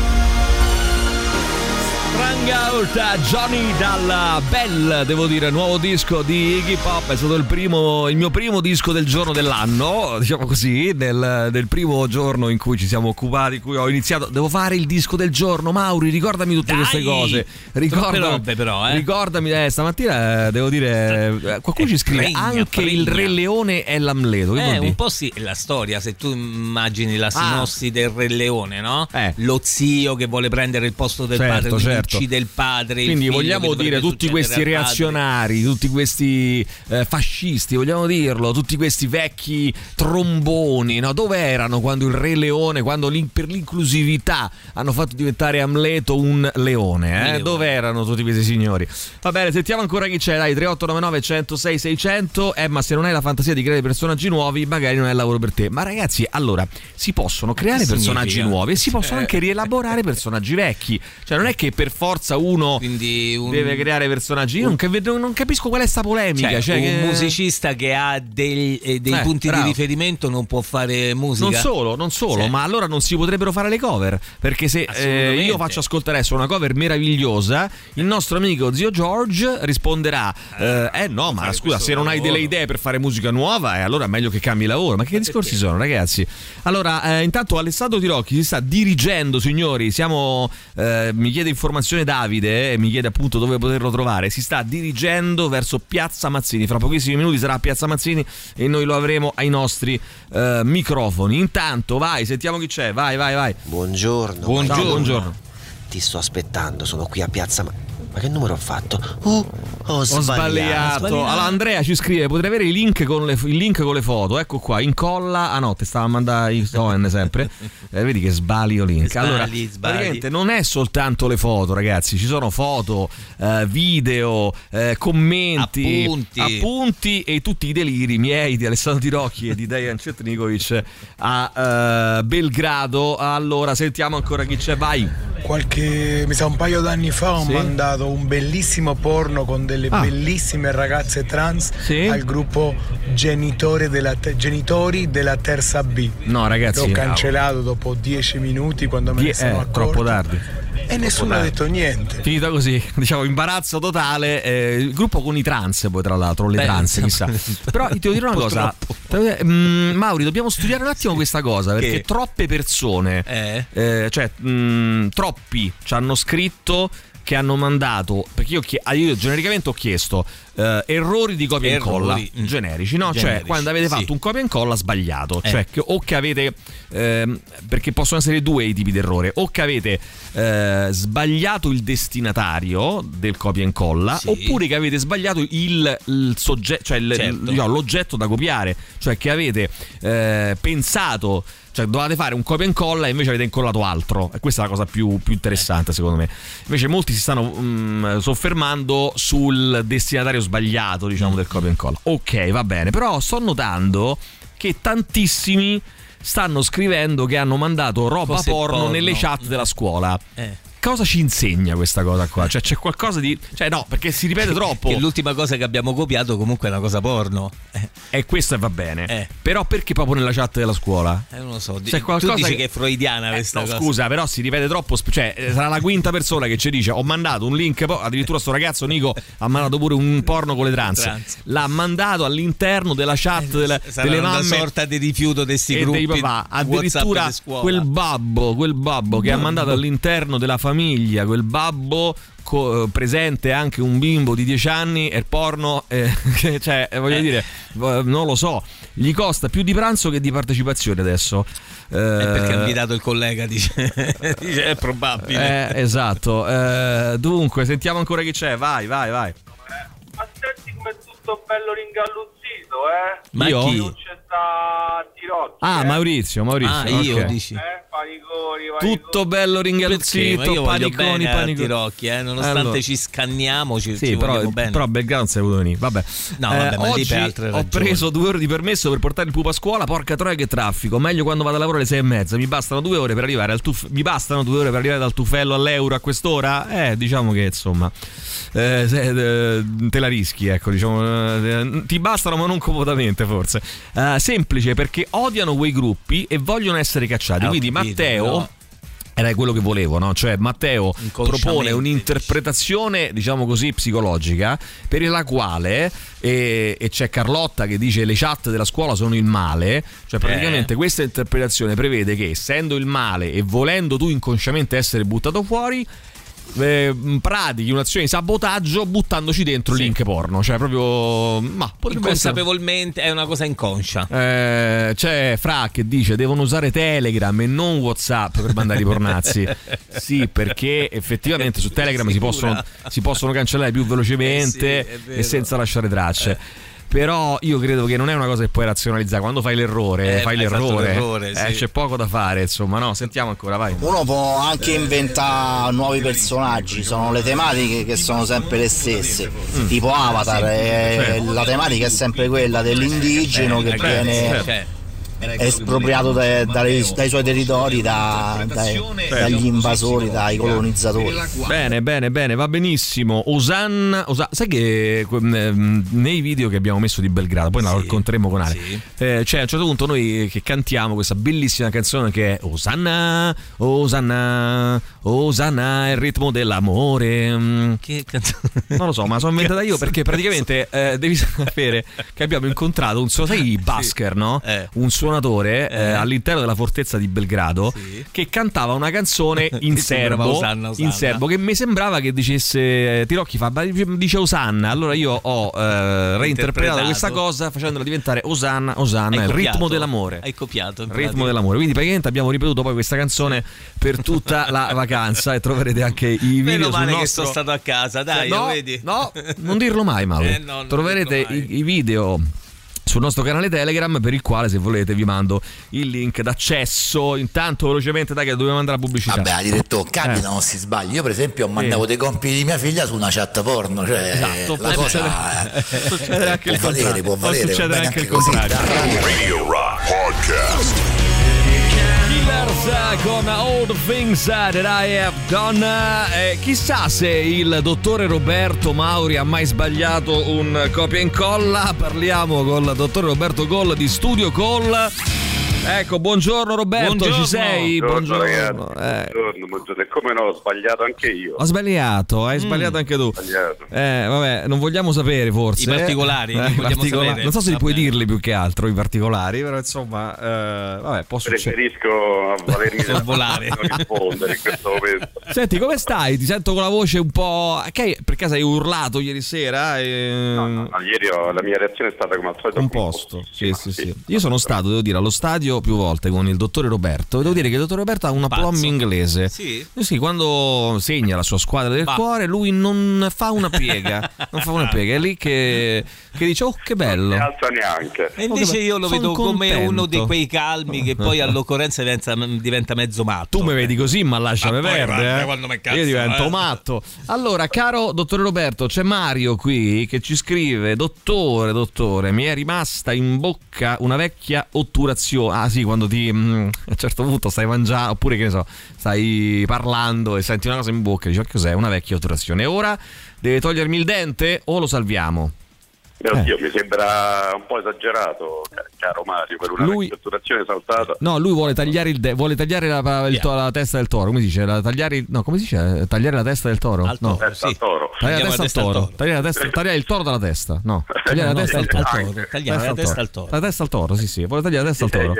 Strung Out, Johnny dal bel, devo dire, nuovo disco di Iggy Pop. È stato il primo, il mio primo disco del giorno dell'anno, diciamo così, del, del primo giorno in cui ci siamo occupati, in cui ho iniziato. Devo fare il disco del giorno, Mauri, ricordami tutte Dai, queste cose. Ricordami, robe però, eh. Ricordami, eh, stamattina eh, devo dire, eh, qualcuno ci scrive pregna, anche pregna. il Re Leone è l'Amleto. Che Eh, vuol un dire? po' sì, la storia, se tu immagini la Ah. sinossi del Re Leone, no? Eh. Lo zio che vuole prendere il posto del Certo, padre, quindi certo. uccide il padre. il Quindi figlio vogliamo che dire dovrebbe tutti questi succedere al padre. reazionari, tutti questi eh, fascisti, vogliamo dirlo, tutti questi vecchi tromboni, no? Dove erano quando il Re Leone, quando l'in- per l'inclusività hanno fatto diventare Amleto un leone, eh? leone. Dove erano tutti questi signori? Va bene, sentiamo ancora chi c'è, dai, tre otto nove nove uno zero sei sei zero zero. Eh, ma se non hai la fantasia di creare personaggi nuovi, magari non è il lavoro per te. Ma ragazzi, allora, si possono creare Che personaggi significa? nuovi e si possono Eh. anche rielaborare personaggi vecchi. Cioè non è che per forza uno Quindi un, deve creare personaggi. Io non, cap- non capisco qual è sta polemica. cioè, Cioè, un che... musicista che ha dei, eh, dei Eh, punti bravo. di riferimento non può fare musica. Non solo, non solo, Sì. ma allora non si potrebbero fare le cover. Perché se eh, Assolutamente. io faccio ascoltare adesso una cover meravigliosa, il nostro amico zio George risponderà: eh, eh no, ma scusa, se non hai delle idee per fare musica nuova, eh, allora è meglio che cambi lavoro. Ma che discorsi sono, ragazzi? Allora, eh, intanto Alessandro Tirocchi si sta dirigendo, signori. Siamo, eh, mi chiede informazione Davide, eh, mi chiede appunto dove poterlo trovare. Si sta dirigendo verso Piazza Mazzini. Fra pochissimi minuti sarà a Piazza Mazzini e noi lo avremo ai nostri eh, microfoni. Intanto, vai, sentiamo chi c'è. Vai, vai, vai. Buongiorno. Buongiorno. Ciao, buongiorno. Ti sto aspettando, sono qui a Piazza Ma... Ma che numero ho fatto? Uh, ho Ho sbagliato. sbagliato. Allora Andrea ci scrive: potrei avere il link con le, il link con le foto. Ecco qua, incolla. Ah no, te stava a mandare i Cohen sempre. Eh, vedi che sbalio link. Sbagli, Allora, sbagli. praticamente non è soltanto le foto, ragazzi. Ci sono foto, eh, video, eh, commenti, Appunti. appunti e tutti i deliri miei di Alessandro Tirocchi e di Dejan Cetnikovic a eh, Belgrado. Allora, sentiamo ancora chi c'è. Vai. Qualche, mi sa un paio d'anni fa ho Sì. mandato un bellissimo porno con delle Ah. bellissime ragazze trans Sì. al gruppo genitori della, te- genitori della terza B. No, ragazzi. L'ho cancellato dopo dieci minuti quando me Die- ne sono eh, accorto. troppo tardi. E nessuno ha detto niente. Finita così, diciamo imbarazzo totale. Eh, il gruppo con i trans, poi tra l'altro, le Beh, trans, insomma, chissà. Però ti devo dire una cosa, mm, Mauri, dobbiamo studiare un attimo questa cosa perché Che? troppe persone, Eh? eh, cioè mm, troppi ci hanno scritto che hanno mandato, perché io, chie- io genericamente ho chiesto eh, errori di copia e incolla Errori, mm. generici, no? Cioè Generici, quando avete fatto sì. un copia e incolla sbagliato, Eh. cioè che, o che avete ehm, perché possono essere due i tipi di errore, o che avete eh, sbagliato il destinatario del copia e incolla, Sì. oppure che avete sbagliato il, il soggetto, cioè il- Certo. no, l'oggetto da copiare, cioè che avete eh, pensato, cioè dovevate fare un copia e incolla e invece avete incollato altro, e questa è la cosa più, più interessante secondo me. Invece molti si stanno mm, soffermando sul destinatario sbagliato, diciamo, del copia e incolla. Ok, va bene, però sto notando che tantissimi stanno scrivendo che hanno mandato roba Cose porno, porno. nelle chat della scuola. Eh. Cosa ci insegna questa cosa qua? Cioè c'è qualcosa di... Cioè no, perché si ripete troppo. Che l'ultima cosa che abbiamo copiato comunque è una cosa porno. Eh, E questo va bene. Eh. Però perché proprio nella chat della scuola? eh, non lo so. C'è tu qualcosa dici che- che è freudiana Eh, questa no, cosa. scusa, però si ripete troppo. sp- Cioè, eh, sarà la quinta persona che ci dice: ho mandato un link. Poi addirittura sto ragazzo Nico ha mandato pure un porno con le trans. Trans. L'ha mandato all'interno della chat delle, Sarà delle una mamme sorta di rifiuto di questi e gruppi dei papà. WhatsApp Addirittura di scuola. quel babbo, quel babbo che ha mandato all'interno della famiglia, quel babbo co- presente anche un bimbo di dieci anni e il porno, eh, che, cioè, eh, voglio dire, eh, non lo so, gli costa più di pranzo che di partecipazione adesso. Eh, È perché ha invitato il collega, dice, dice è probabile. eh, esatto. Eh, dunque, sentiamo ancora chi c'è. Vai, vai, vai. tutto bello ringalluzzito, eh? Ma io? Chi? Non c'è sta Tirocchi. Ah, eh? Maurizio, Maurizio. Ah, io okay. dici. Eh, paniconi, paniconi. Tutto bello ringalluzzito, Perché? Ma io voglio paniconi, bene a paniconi. Tirocchi, eh? Nonostante Allora. ci scanniamo, ci, Sì, ci però, vogliamo bene. però a Belgrado non sei voluto venire. Vabbè. No, vabbè, Eh, ma lì oggi per altre ho ragioni. preso due ore di permesso per portare il pupo a scuola. Porca troia che traffico. Meglio quando vado a lavoro alle sei e mezza. Mi bastano due ore per arrivare al tuf- Mi bastano due ore per arrivare dal Tufello all'Euro a quest'ora. Eh, diciamo che insomma eh, se, eh, te la rischi, ecco, diciamo, eh, ti bastano ma non comodamente forse. Eh, semplice, perché odiano quei gruppi e vogliono essere cacciati. Eh, ho Quindi capito, Matteo no? Era quello che volevo, no? Cioè Matteo propone un'interpretazione, diciamo così, psicologica, per la quale e, e c'è Carlotta che dice le chat della scuola sono il male. Cioè praticamente Eh. questa interpretazione prevede che, essendo il male e volendo tu inconsciamente essere buttato fuori, eh, pratichi un'azione di sabotaggio buttandoci dentro Sì. link porno. Cioè proprio ma potrebbe essere- Inconsapevolmente è una cosa inconscia. Eh, c'è Fra che dice devono usare Telegram e non WhatsApp per mandare i pornazzi. Sì, perché effettivamente su Telegram si possono, si possono cancellare più velocemente Eh sì, è vero. e senza lasciare tracce. Però io credo che non è una cosa che puoi razionalizzare. Quando fai l'errore, Eh, fai hai fatto l'errore, l'errore, eh, sì. c'è poco da fare, insomma, no? Sentiamo ancora, vai. Uno può anche inventare nuovi personaggi, sono le tematiche che sono sempre le stesse, Mm. tipo Avatar, eh, la tematica è sempre quella dell'indigeno che Eh, viene cioè, espropriato dai, dai, dai suoi territori, da, dai- dagli invasori, dai colonizzatori. Bene, bene, bene, va benissimo. Osanna, Osa- sai che ehm, nei video che abbiamo messo di Belgrado, poi la racconteremo con Ale, eh, c'è a un certo punto noi che cantiamo questa bellissima canzone che è Osanna, Osanna, Osanna è il ritmo dell'amore. Mm, Che canzone? Non lo so, ma sono inventata io perché praticamente eh, devi sapere che abbiamo incontrato un suono, sai, i Basker, no? Eh. Un suonatore eh, all'interno della fortezza di Belgrado che cantava una canzone in Che sembrava serbo, Osanna, Osanna. in serbo, che mi sembrava che dicesse Tirocchi fa dice Osanna. Allora io ho eh, reinterpretato questa cosa facendola diventare Osanna, Osanna, Hai il copiato? ritmo dell'amore. Hai copiato. in Ritmo pratica. dell'amore. Quindi praticamente abbiamo ripetuto poi questa canzone per tutta la vacanza e troverete anche i video Meno sul male che nostro... sono stato a casa, dai, no, lo vedi? no, non dirlo mai, Mauro. Eh, no, non troverete dirlo mai. i, i video sul nostro canale Telegram, per il quale, se volete, vi mando il link d'accesso. Intanto velocemente, dai, che dobbiamo andare a pubblicità. Vabbè, ha detto capita, Eh. non si sbaglia. Io per esempio mandavo dei compiti di mia figlia su una chat porno, cioè Esatto, la può cosa succedere- può succedere anche può il valere, contrario. può Può valere, succedere va bene anche il così. contrario. Radio Rock Podcast. Killers con All the Things That I Have Done. Eh, chissà se il dottore Roberto Mauri ha mai sbagliato un copia e incolla. Parliamo col dottore Roberto Goll di Studio Call. Ecco, buongiorno Roberto, Buongiorno. ci sei? Buongiorno, Buongiorno. ragazzi. Eh, Buongiorno, buongiorno. E come no, ho sbagliato anche io. ho sbagliato, hai sbagliato anche tu. Sbagliato. Eh, vabbè, non vogliamo sapere forse. I particolari, Eh, non i vogliamo particolari. sapere. Non so se li Va puoi bene. dirli più che altro, i particolari, però insomma, eh, vabbè, può succedere. Preferisco avvalermi del volare. non rispondere in questo momento. Senti, come stai? Ti sento con la voce un po'... Che per caso hai urlato ieri sera? E... No, no, no, ieri ho- la mia reazione è stata come al solito Composto, sì, sì, sì. Io sono stato, devo dire, allo stadio più volte con il dottore Roberto. Devo dire che il dottore Roberto ha una Pazzo. plomb inglese. Sì? Eh sì, quando segna la sua squadra del Bah. cuore, lui non fa una piega. Non fa una piega. È lì che, che dice: oh, che bello. Non si alza neanche. E invece io lo Son vedo come contento. uno di quei calmi che poi all'occorrenza diventa, diventa mezzo matto. Tu mi vedi così, ma lasciami Ma poi guarda, perdere. quando mi eh. cazzo, Io divento eh. matto. Allora, caro dottore Roberto, c'è Mario qui che ci scrive: Dottore, dottore, mi è rimasta in bocca una vecchia otturazione. Ah, sì, quando ti mm, a un certo punto stai mangiando, oppure che ne so, stai parlando e senti una cosa in bocca e dici: oh, cos'è? Una vecchia otturazione. E ora deve togliermi il dente o lo salviamo? Beh, oddio, mi sembra un po' esagerato, caro Mario, per una Lui- otturazione saltata. No, lui vuole tagliare il de- vuole tagliare la, il to- la testa del toro. Come si dice? La, tagliare il- no, come si dice? Tagliare la testa del toro? Al no. toro, Testa sì. al toro. Tagliare la Tagliamo testa al toro. Tagliare, la testa, tagliare il toro dalla testa. No. Tagliare la No, testa al testa toro. al toro. Tagliare la testa al toro. La testa al toro, sì, sì. Vuole tagliare la testa al toro.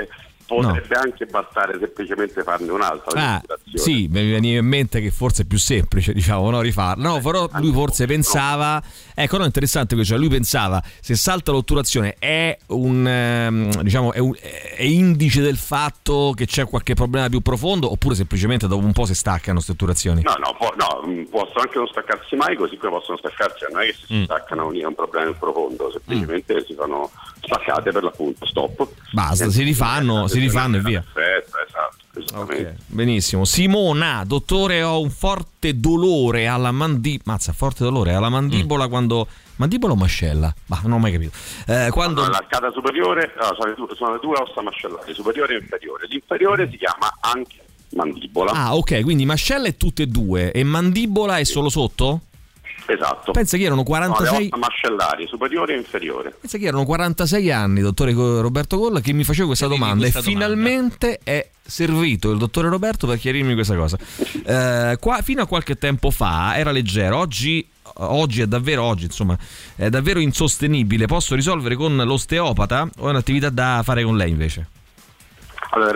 potrebbe no. anche bastare semplicemente farne un'altra. Ah, sì, mi veniva in mente che forse è più semplice, diciamo, no, rifarla. No, però lui forse pensava, ecco, no, interessante questo, cioè lui pensava se salta l'otturazione è un ehm, diciamo è, un, è indice del fatto che c'è qualche problema più profondo, oppure semplicemente dopo un po' si staccano queste otturazioni? No, no, può, no, possono anche non staccarsi mai, così come possono staccarsi, non è che si mm. staccano, è un problema più profondo, semplicemente mm. si sono staccate per l'appunto, stop. Basta, si rifanno, si rifanno e via. Perfetto, esatto. Okay, benissimo. Simona, dottore, ho un forte dolore alla mandibola. Mazza, forte dolore alla mandibola mm. quando. Mandibola o mascella? Bah, non ho mai capito. Eh, quando... no, l'arcata superiore, no, sono, le due, sono le due ossa mascellari, superiore e inferiore. L'inferiore si chiama anche mandibola. Ah, ok, quindi mascella è tutte e due e mandibola è solo sotto? Esatto. Pensa che erano quarantasei no, mascellari, superiore e inferiore. Pensa che erano quarantasei anni, dottore Roberto Colla, che mi faceva questa Chiarimi domanda questa e domanda. Finalmente è servito il dottore Roberto per chiarirmi questa cosa. Eh, qua, fino a qualche tempo fa era leggero, oggi oggi è davvero oggi insomma è davvero insostenibile. Posso risolvere con l'osteopata o è un'attività da fare con lei invece? Allora, in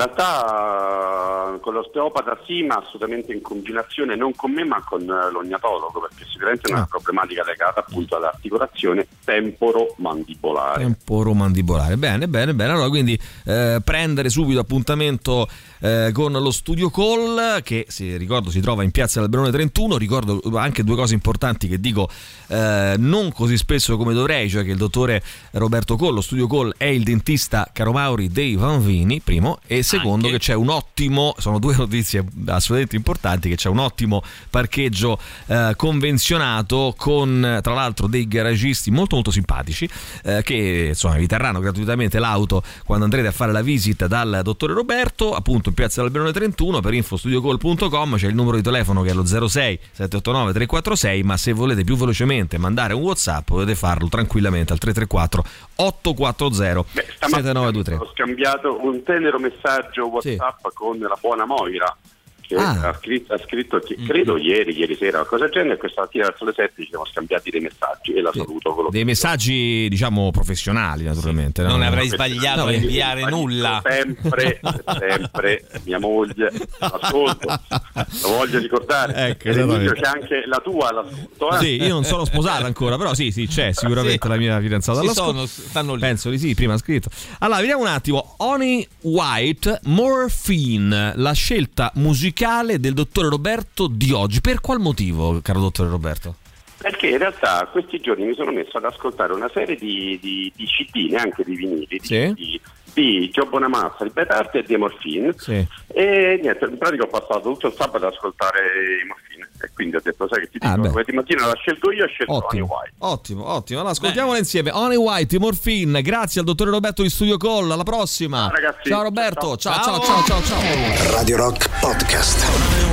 realtà con l'osteopata sì, ma assolutamente in combinazione non con me ma con l'ognatologo, perché sicuramente è una ah. problematica legata appunto all'articolazione temporomandibolare. Temporomandibolare, bene, bene, bene. Allora quindi eh, prendere subito appuntamento eh, con lo Studio Call, che si, ricordo si trova in piazza Alberone trentuno. Ricordo anche due cose importanti che dico eh, non così spesso come dovrei, cioè che il dottore Roberto Call, lo Studio Call, è il dentista Caro Mauri dei Vanvini, primo, e secondo anche. Che c'è un ottimo, sono due notizie assolutamente importanti, che c'è un ottimo parcheggio eh, convenzionato con tra l'altro dei garagisti molto molto simpatici eh, che insomma vi terranno gratuitamente l'auto quando andrete a fare la visita dal dottore Roberto, appunto in piazza Alberone trentuno. Per info studiocall punto com c'è il numero di telefono che è lo zero sei sette otto nove tre quattro sei, ma se volete più velocemente mandare un WhatsApp potete farlo tranquillamente al tre tre quattro otto quattro zero sette nove due tre. Ho scambiato un tenero messaggio WhatsApp sì. con la buona Moira che ah. ha, scritto, ha scritto che, credo mm-hmm. ieri, ieri sera o cosa del genere, e questa mattina verso le sette ci siamo scambiati dei messaggi e la sì. saluto. Con dei messaggi diciamo professionali naturalmente. Sì. No? Non avrei sbagliato no, a inviare no, nulla. Sempre, sempre mia moglie, ascolto, lo voglio ricordare. Ecco, c'è anche la tua all'ascolto. Eh? Sì, io non sono sposato ancora, però sì, sì, c'è sicuramente sì. la mia fidanzata all'ascolto. Sono, stanno lì. Penso di sì, prima ha scritto. Allora, vediamo un attimo. Honey White Morphine, la scelta musicale del dottore Roberto di oggi. Per qual motivo, caro dottore Roberto? Perché in realtà questi giorni mi sono messo ad ascoltare una serie di, di, di C D, neanche di vinili, di, sì. di, di Gio Bonamassa, di Betarte e di Morphine. Sì. E niente, in pratica ho passato tutto il sabato ad ascoltare i Morphine e quindi ho detto, sai che ti dico, ah, questa mattina la scelgo io, ho scelto ottimo, Honey White. Ottimo, ottimo. Allora ascoltiamola insieme. Honey White, Morphine. Grazie al dottore Roberto di Studio Call. Alla prossima. Ciao, ragazzi. Ciao Roberto. Ciao ciao ciao ciao ciao. ciao. Radio Rock Podcast.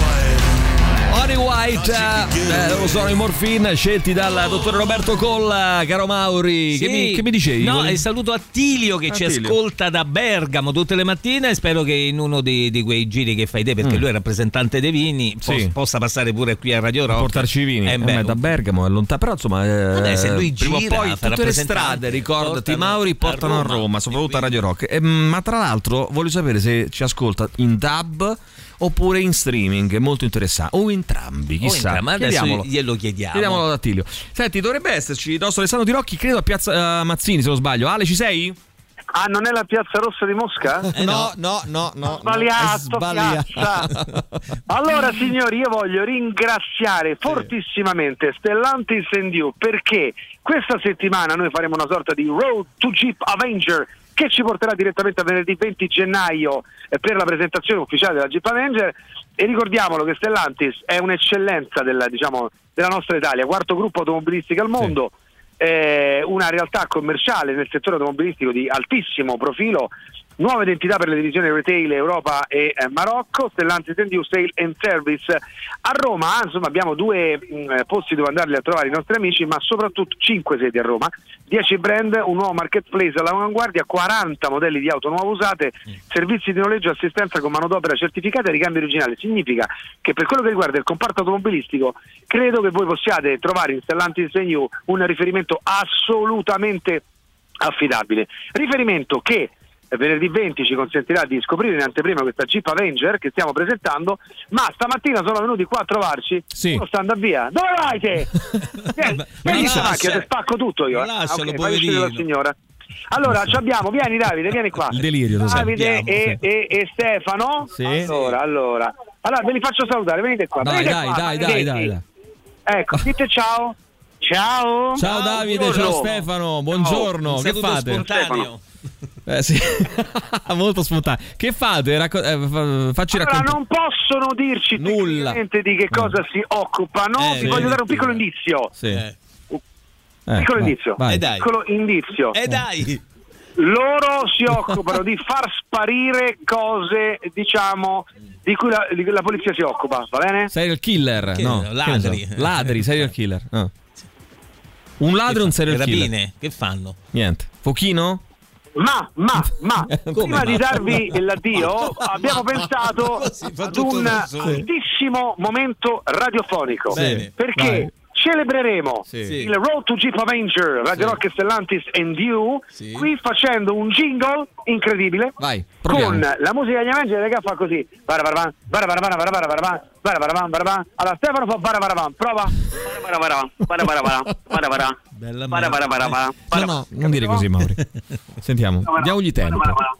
Honey White, eh, loro sono i Morphine scelti dal dottore Roberto Colla. Caro Mauri, sì. che, mi, che mi dicevi? No, e saluto Attilio che Attilio. ci ascolta da Bergamo tutte le mattine e spero che in uno di, di quei giri che fai te, perché mm. lui è rappresentante dei vini, sì. pos, possa passare pure qui a Radio Rock. Portarci i vini, eh, eh, da Bergamo è lontano, però insomma eh, Vabbè, se lui prima gira, o poi tutte le strade, ricordati, Mauri, portano a Roma, a Roma soprattutto a Radio Rock. Eh, ma tra l'altro voglio sapere se ci ascolta in D A B oppure in streaming, è molto interessante, o entrambi, chissà. Ma adesso glielo chiediamo. Chiediamolo ad Attilio. Senti, dovrebbe esserci il nostro Alessandro Tirocchi, credo a Piazza uh, Mazzini, se non sbaglio. Ale, ci sei? Ah, non è la Piazza Rossa di Mosca? Eh, no, no, no, no. Sbagliato, sbagliato. Piazza. Allora, signori, io voglio ringraziare fortissimamente Stellantis and You, perché questa settimana noi faremo una sorta di Road to Jeep Avenger che ci porterà direttamente a venerdì venti gennaio eh, per la presentazione ufficiale della Jeep Avenger. E ricordiamolo che Stellantis è un'eccellenza della, diciamo, della nostra Italia, quarto gruppo automobilistico al mondo, sì. eh, una realtà commerciale nel settore automobilistico di altissimo profilo, nuova identità per le divisioni retail Europa e eh, Marocco, Stellantis and You Sale and Service. A Roma insomma abbiamo due mh, posti dove andarli a trovare i nostri amici, ma soprattutto cinque sedi a Roma, dieci brand, un nuovo marketplace all'avanguardia, quaranta modelli di auto nuove usate, mm. servizi di noleggio e assistenza con manodopera certificata e ricambio originale. Significa che per quello che riguarda il comparto automobilistico credo che voi possiate trovare in Stellantis and You un riferimento assolutamente affidabile, riferimento che venerdì venti ci consentirà di scoprire in anteprima questa Jeep Avenger che stiamo presentando, ma stamattina sono venuti qua a trovarci, sì. uno sta andando via. Dove vai te? Vieni, vieni in macchina, te spacco tutto io. Lascialo, ah, okay, poverino. la signora. Allora, ci abbiamo, vieni Davide, vieni qua. Il delirio, Davide abbiamo, e, sì. e, e Stefano. Sì. Allora, allora. Allora, ve li faccio salutare, venite qua. Dai, venite dai, qua, dai, dai, dai, dai. Ecco, dite ciao. Ciao. Ciao Davide, buongiorno. ciao Stefano, buongiorno. Un che saluto fate? spontaneo. Eh, sì. Molto spontaneo. Che fate? Racco- eh, fa- facci Allora, raccontare. non possono dirci Nulla. tecnicamente di che cosa si occupano. Eh, Vi sì, voglio dare un sì. piccolo indizio. Sì. Eh. Eh, piccolo vai, indizio. vai. Eh, dai. Piccolo indizio. E eh, dai. Loro si occupano di far sparire cose, diciamo, di cui la, di cui la polizia si occupa, va bene? Serial killer, Che- no? ladri. Che ne so? Ladri, serial killer. No. Un ladro e un serial killer. Rapine, che fanno? Niente. Fochino? Ma, ma, ma, prima ma? di darvi l'addio abbiamo pensato Così, fa ad tutto un da solo. altissimo momento radiofonico. Bene, perché vai. celebreremo Sì. il Road to Jeep Avenger, Radio Sì. Rock e Stellantis and You, Sì. qui facendo un jingle incredibile. Vai, proviamo. Con la musica degli Avenger che fa così. Barabaraban, barabaraban, barabaraban, barabaraban, barabaraban. Allora Stefano fa barabaraban, prova. Barabaraban, barabaraban, barabaraban. Bella Barabaraban, No, no, non dire così, Mauri. Sentiamo, diamogli tempo.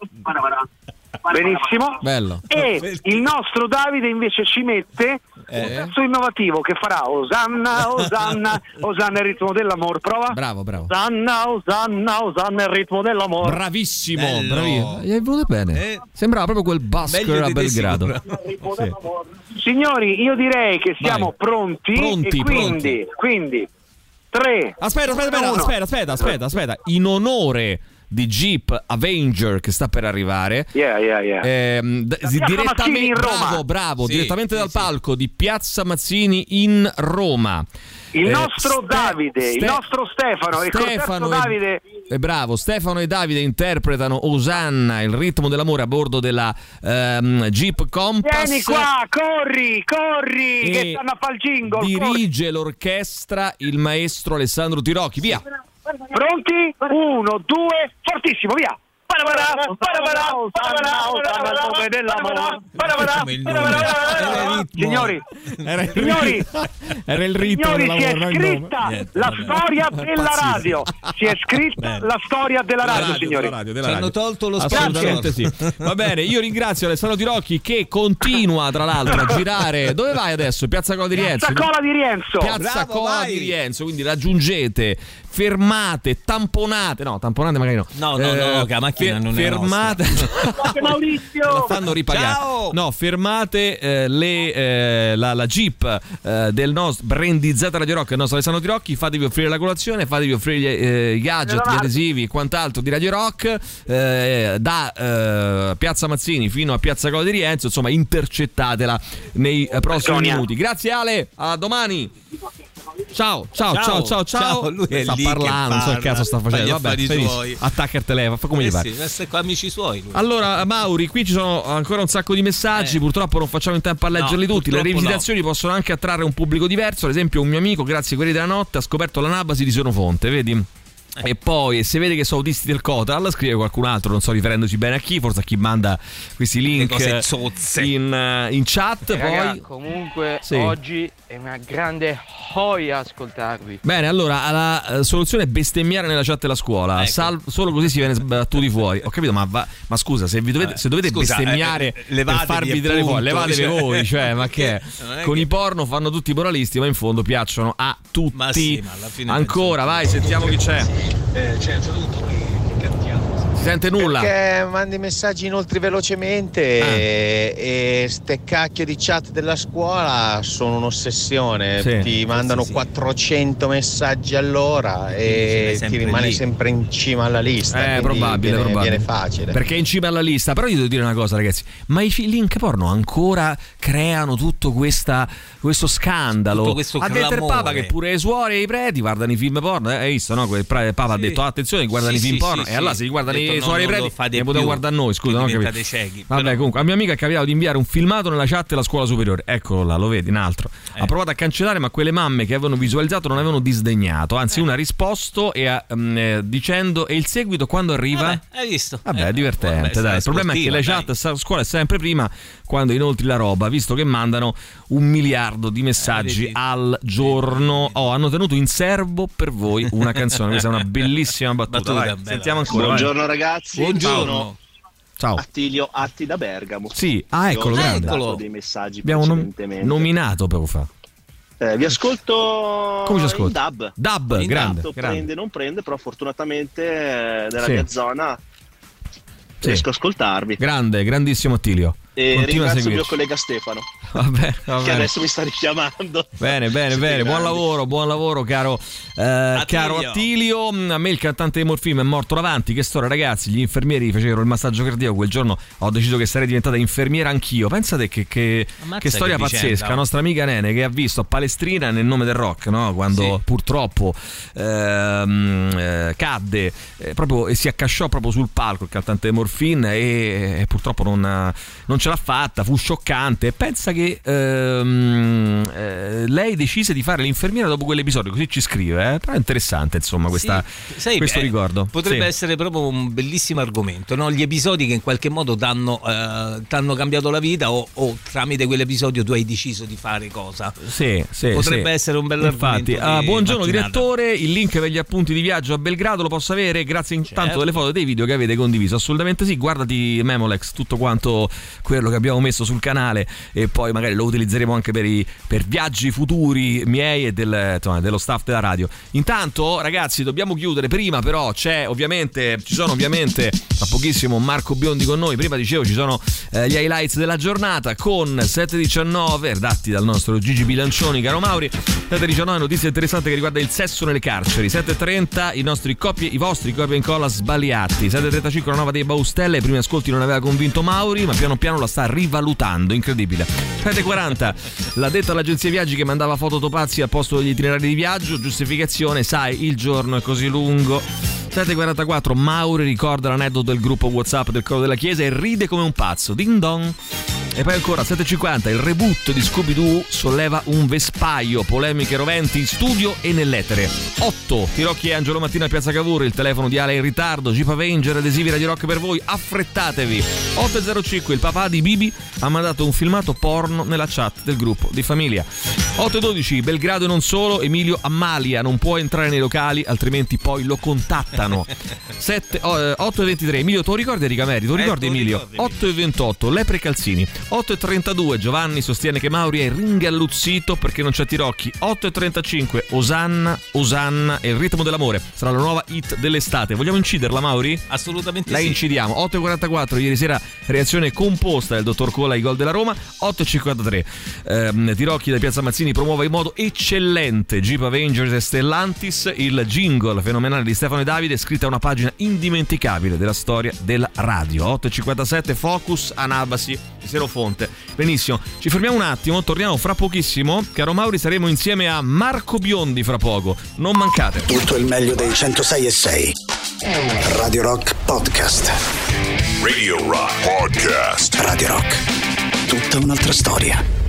Benissimo. Bello. E il nostro Davide invece ci mette Eh? un pezzo innovativo che farà Osanna, Osanna, Osanna il ritmo dell'amor. Prova. Bravo, bravo. Osanna, Osanna, Osanna il ritmo dell'amor. Bravissimo, Bello. bravissimo. Gli è venuto bene. Eh. Sembrava proprio quel busker Meglio a di te Belgrado. sicuro. Signori, io direi che siamo Vai. pronti, Pronti, e quindi, quindi tre. Aspetta, aspetta, aspetta, uno. aspetta, aspetta, aspetta, aspetta. In onore di Jeep Avenger che sta per arrivare, Yeah, yeah, yeah. ehm, d- Piazza Mazzini direttamente, in Roma. bravo, bravo, Sì, direttamente sì, dal sì. palco di Piazza Mazzini in Roma. Il Eh, nostro Ste- Davide, Ste- il nostro Stefano, e col terzo Stefano Davide. e, bravo, Stefano e Davide interpretano Osanna, il ritmo dell'amore a bordo della ehm, Jeep Compass. Vieni qua, corri, corri, E che stanno a fare il jingle. corri. dirige l'orchestra il maestro Alessandro Tirocchi. Via. Pronti? Uno, due, fortissimo, via! Parabarà, parabarà, parabarà, parabarà, il nome dell'amore. Parabarà, Come il nome. parabarà. Era il ritmo. Signori, Era il, signori, era il ritmo signori, si dell'amore, è non il nome. scritta Niente, la vabbè. storia È della pazzesco. radio. Si è scritta Bene. la storia della Della radio, radio, signori. della radio, della Ci hanno radio. tolto lo Assolutamente sì. Va bene, io ringrazio Alessandro Tirocchi che continua tra l'altro a girare. Dove vai adesso? Piazza Cola di Rienzo? Piazza Cola di Rienzo. Piazza Bravo, Cola vai. di Rienzo, quindi raggiungete, fermate, tamponate, no, tamponate magari no. No, no, no, no, che la macchina non è fermate. Maurizio. La fanno ripagare. Ciao. No, fermate eh, le, eh, la, la Jeep eh, del nostro brandizzata Radio Rock, il nostro Alessandro Tirocchi. Fatevi offrire la colazione, fatevi offrire gli, eh, i gadget, gli adesivi e quant'altro di Radio Rock eh, da eh, Piazza Mazzini fino a Piazza Cola di Rienzo. Insomma, intercettatela nei eh, prossimi Antonia. minuti. Grazie Ale, a domani. Ciao, ciao, ciao, ciao, ciao. Ciao, lui è sta lì che parlando, non so che parla, cazzo sta fa gli facendo. Vabbè, affari benissimo. suoi. Attacca il telefono, fa come gli Eh pare. sì, deve essere con amici suoi. lui. Allora, Mauri, qui ci sono ancora un sacco di messaggi. Eh. Purtroppo non facciamo in tempo a leggerli No, tutti. Le purtroppo rivisitazioni possono anche attrarre un pubblico diverso. Ad esempio, un mio amico, grazie a quelli della notte, ha scoperto l'anabasi di Sonofonte, vedi? E poi, se vede che sono autisti del Cotal, scrive qualcun altro, non so riferendosi bene a chi, forse a chi manda questi link cose zozze. in, eh, in chat. Eh, raga, poi comunque Sì. oggi è una grande gioia ascoltarvi. Bene, allora la eh, soluzione è bestemmiare nella chat della scuola. Ecco. Sal- solo così si viene sbattuti fuori. Ho capito, ma, va- ma scusa, se, vi dovete, se dovete Scusa, bestemmiare eh, per levatevi, farvi tirare appunto, fuori, levatevi cioè, voi, cioè, ma che è? non è Con che- i porno fanno tutti i moralisti, ma in fondo piacciono a tutti. Ma sì, ma alla fine Ancora, vai, sentiamo chi c'è. Si sente nulla. Perché mandi messaggi inoltre velocemente Ah. e, e ste cacchio di chat della scuola sono un'ossessione. Sì. Ti mandano sì, sì. quattrocento messaggi all'ora Quindi e sei ti sempre rimane lì. sempre in cima alla lista. Eh, quindi probabile, viene, probabile. viene facile. Perché è in cima alla lista. Però io devo dire una cosa, ragazzi. Ma i fi- link porno ancora creano tutto questa, questo scandalo. Tutto questo ha detto il clamore. Papa che pure le suore e i preti guardano i film porno. Eh, hai visto, no? Quel pra- il Papa ha Sì. detto attenzione, guardano Sì, i film sì, porno. sì, e allora sì. se li guardano Ha i, i non, suoi non preti lo fate ne più, potete guardare noi, scusa, non diventate capito. ciechi. Vabbè, però... comunque, a mia amica è capitato di inviare un filmato nella chat della scuola superiore. Eccolo là, lo vedi, un altro. Eh. Ha provato a cancellare, ma quelle mamme che avevano visualizzato non avevano disdegnato. Anzi, Eh. una ha risposto e ha, um, eh, dicendo: e il seguito quando arriva? Vabbè, hai visto? Vabbè, Eh, è divertente, vabbè, dai. Il problema è che le sportiva, chat a scuola è sempre prima quando inoltri la roba, visto che mandano un miliardo di messaggi Eh, al giorno. Oh, hanno tenuto in serbo per voi una canzone. Questa è una bellissima battuta. Battuta, Vai, bella. sentiamo ancora. Buongiorno vai. ragazzi, Buongiorno. sono Ciao. Attilio Atti da Bergamo. Sì, ah, eccolo, Vi ho grande. mandato dei messaggi Abbiamo nom- precedentemente. nominato poco fa. Eh, vi ascolto Come ci ascolti? in dub. Dub, in grande, dub, grande. prende non prende, però fortunatamente eh, nella Sì. mia zona Sì. riesco a ascoltarvi. Grande, grandissimo Attilio. E Continua a ringrazio il mio seguirci. collega Stefano, Vabbè, va che bene. adesso mi sta richiamando. Bene, bene, Siete bene, buon grandi. lavoro, buon lavoro caro eh, caro Attilio. A me il cantante di Morfim è morto davanti. Che storia, ragazzi, gli infermieri facevano il massaggio cardiaco. Quel giorno ho deciso che sarei diventata infermiera anch'io. Pensate che, che, Ammazza che storia che pazzesca. vicenda. La nostra amica Nene che ha visto a Palestrina nel nome del rock, no? Quando Sì. purtroppo ehm, eh, cadde eh, proprio e si accasciò proprio sul palco il cantante di Morfin e, e purtroppo non, non ce l'ha fatta, fu scioccante. E pensa che ehm, eh, lei decise di fare l'infermiera dopo quell'episodio, così ci scrive, eh? Però è interessante insomma questa, Sì, sai, questo eh, ricordo. Potrebbe Sì. essere proprio un bellissimo argomento, no? Gli episodi che in qualche modo t'hanno, eh, t'hanno cambiato la vita o, o tramite quell'episodio tu hai deciso di fare cosa. Sì, sì, Potrebbe sì. essere un bel Infatti, argomento ah, di buongiorno mattinata. direttore, il link per gli appunti di viaggio a Belgrado lo posso avere? Grazie intanto Certo. delle foto e dei video che avete condiviso. Assolutamente sì, guardati Memolex, tutto quanto quello che abbiamo messo sul canale e poi magari lo utilizzeremo anche per, i, per viaggi futuri miei e del, insomma, dello staff della radio. Intanto ragazzi dobbiamo chiudere, prima però c'è ovviamente, ci sono ovviamente tra pochissimo Marco Biondi con noi. Prima dicevo ci sono eh, gli highlights della giornata con sette diciannove redatti dal nostro Gigi Bilancioni, caro Mauri. Sette diciannove notizia interessante che riguarda il sesso nelle carceri. Sette trenta i nostri copie, i vostri copia e incolla sbagliati. Sette trentacinque la nuova dei Baustelle. Ai primi ascolti non aveva convinto Mauri, ma piano piano la sta rivalutando, incredibile. Sette quaranta l'ha detto all'agenzia viaggi che mandava foto topazzi al posto degli itinerari di viaggio. Giustificazione: sai, il giorno è così lungo. Sette quarantaquattro Mauri ricorda l'aneddoto del gruppo WhatsApp del coro della chiesa e ride come un pazzo. Ding dong. E poi ancora sette cinquanta il reboot di Scooby-Doo solleva un vespaio, polemiche roventi in studio e nell'etere. otto Tirocchi e Angelo Mattina a Piazza Cavour, il telefono di Ale in ritardo, Jeep Avenger, adesivi Radio Rock per voi, affrettatevi. otto e zero cinque il papà di Bibi ha mandato un filmato porno nella chat del gruppo di famiglia. otto e dodici Belgrado e non solo, Emilio Amalia non può entrare nei locali altrimenti poi lo contattano. sette, oh, otto e ventitré Emilio, tu ricordi Enrica Meri? Tu ricordi Eh, tu Emilio? ricordi, otto e ventotto Lepre Calzini. otto e trentadue Giovanni sostiene che Mauri è ringalluzzito perché non c'è Tirocchi. otto e trentacinque Osanna, Osanna e il ritmo dell'amore sarà la nuova hit dell'estate. Vogliamo inciderla, Mauri? Assolutamente La sì. incidiamo. otto e quarantaquattro ieri sera reazione composta del dottor Cola ai gol della Roma. otto e cinquantatré ehm, Tirocchi da Piazza Mazzini promuove in modo eccellente Jeep Avengers e Stellantis, il jingle fenomenale di Stefano e Davide, scritta a una pagina indimenticabile della storia della radio. otto e cinquantasette Focus Anabasi di Serofonte. Benissimo, ci fermiamo un attimo, torniamo fra pochissimo. Caro Mauri, saremo insieme a Marco Biondi fra poco, non mancate. Tutto il meglio dei centosei e sei Radio Rock Podcast. Radio Rock Podcast. Radio Rock, tutta un'altra storia.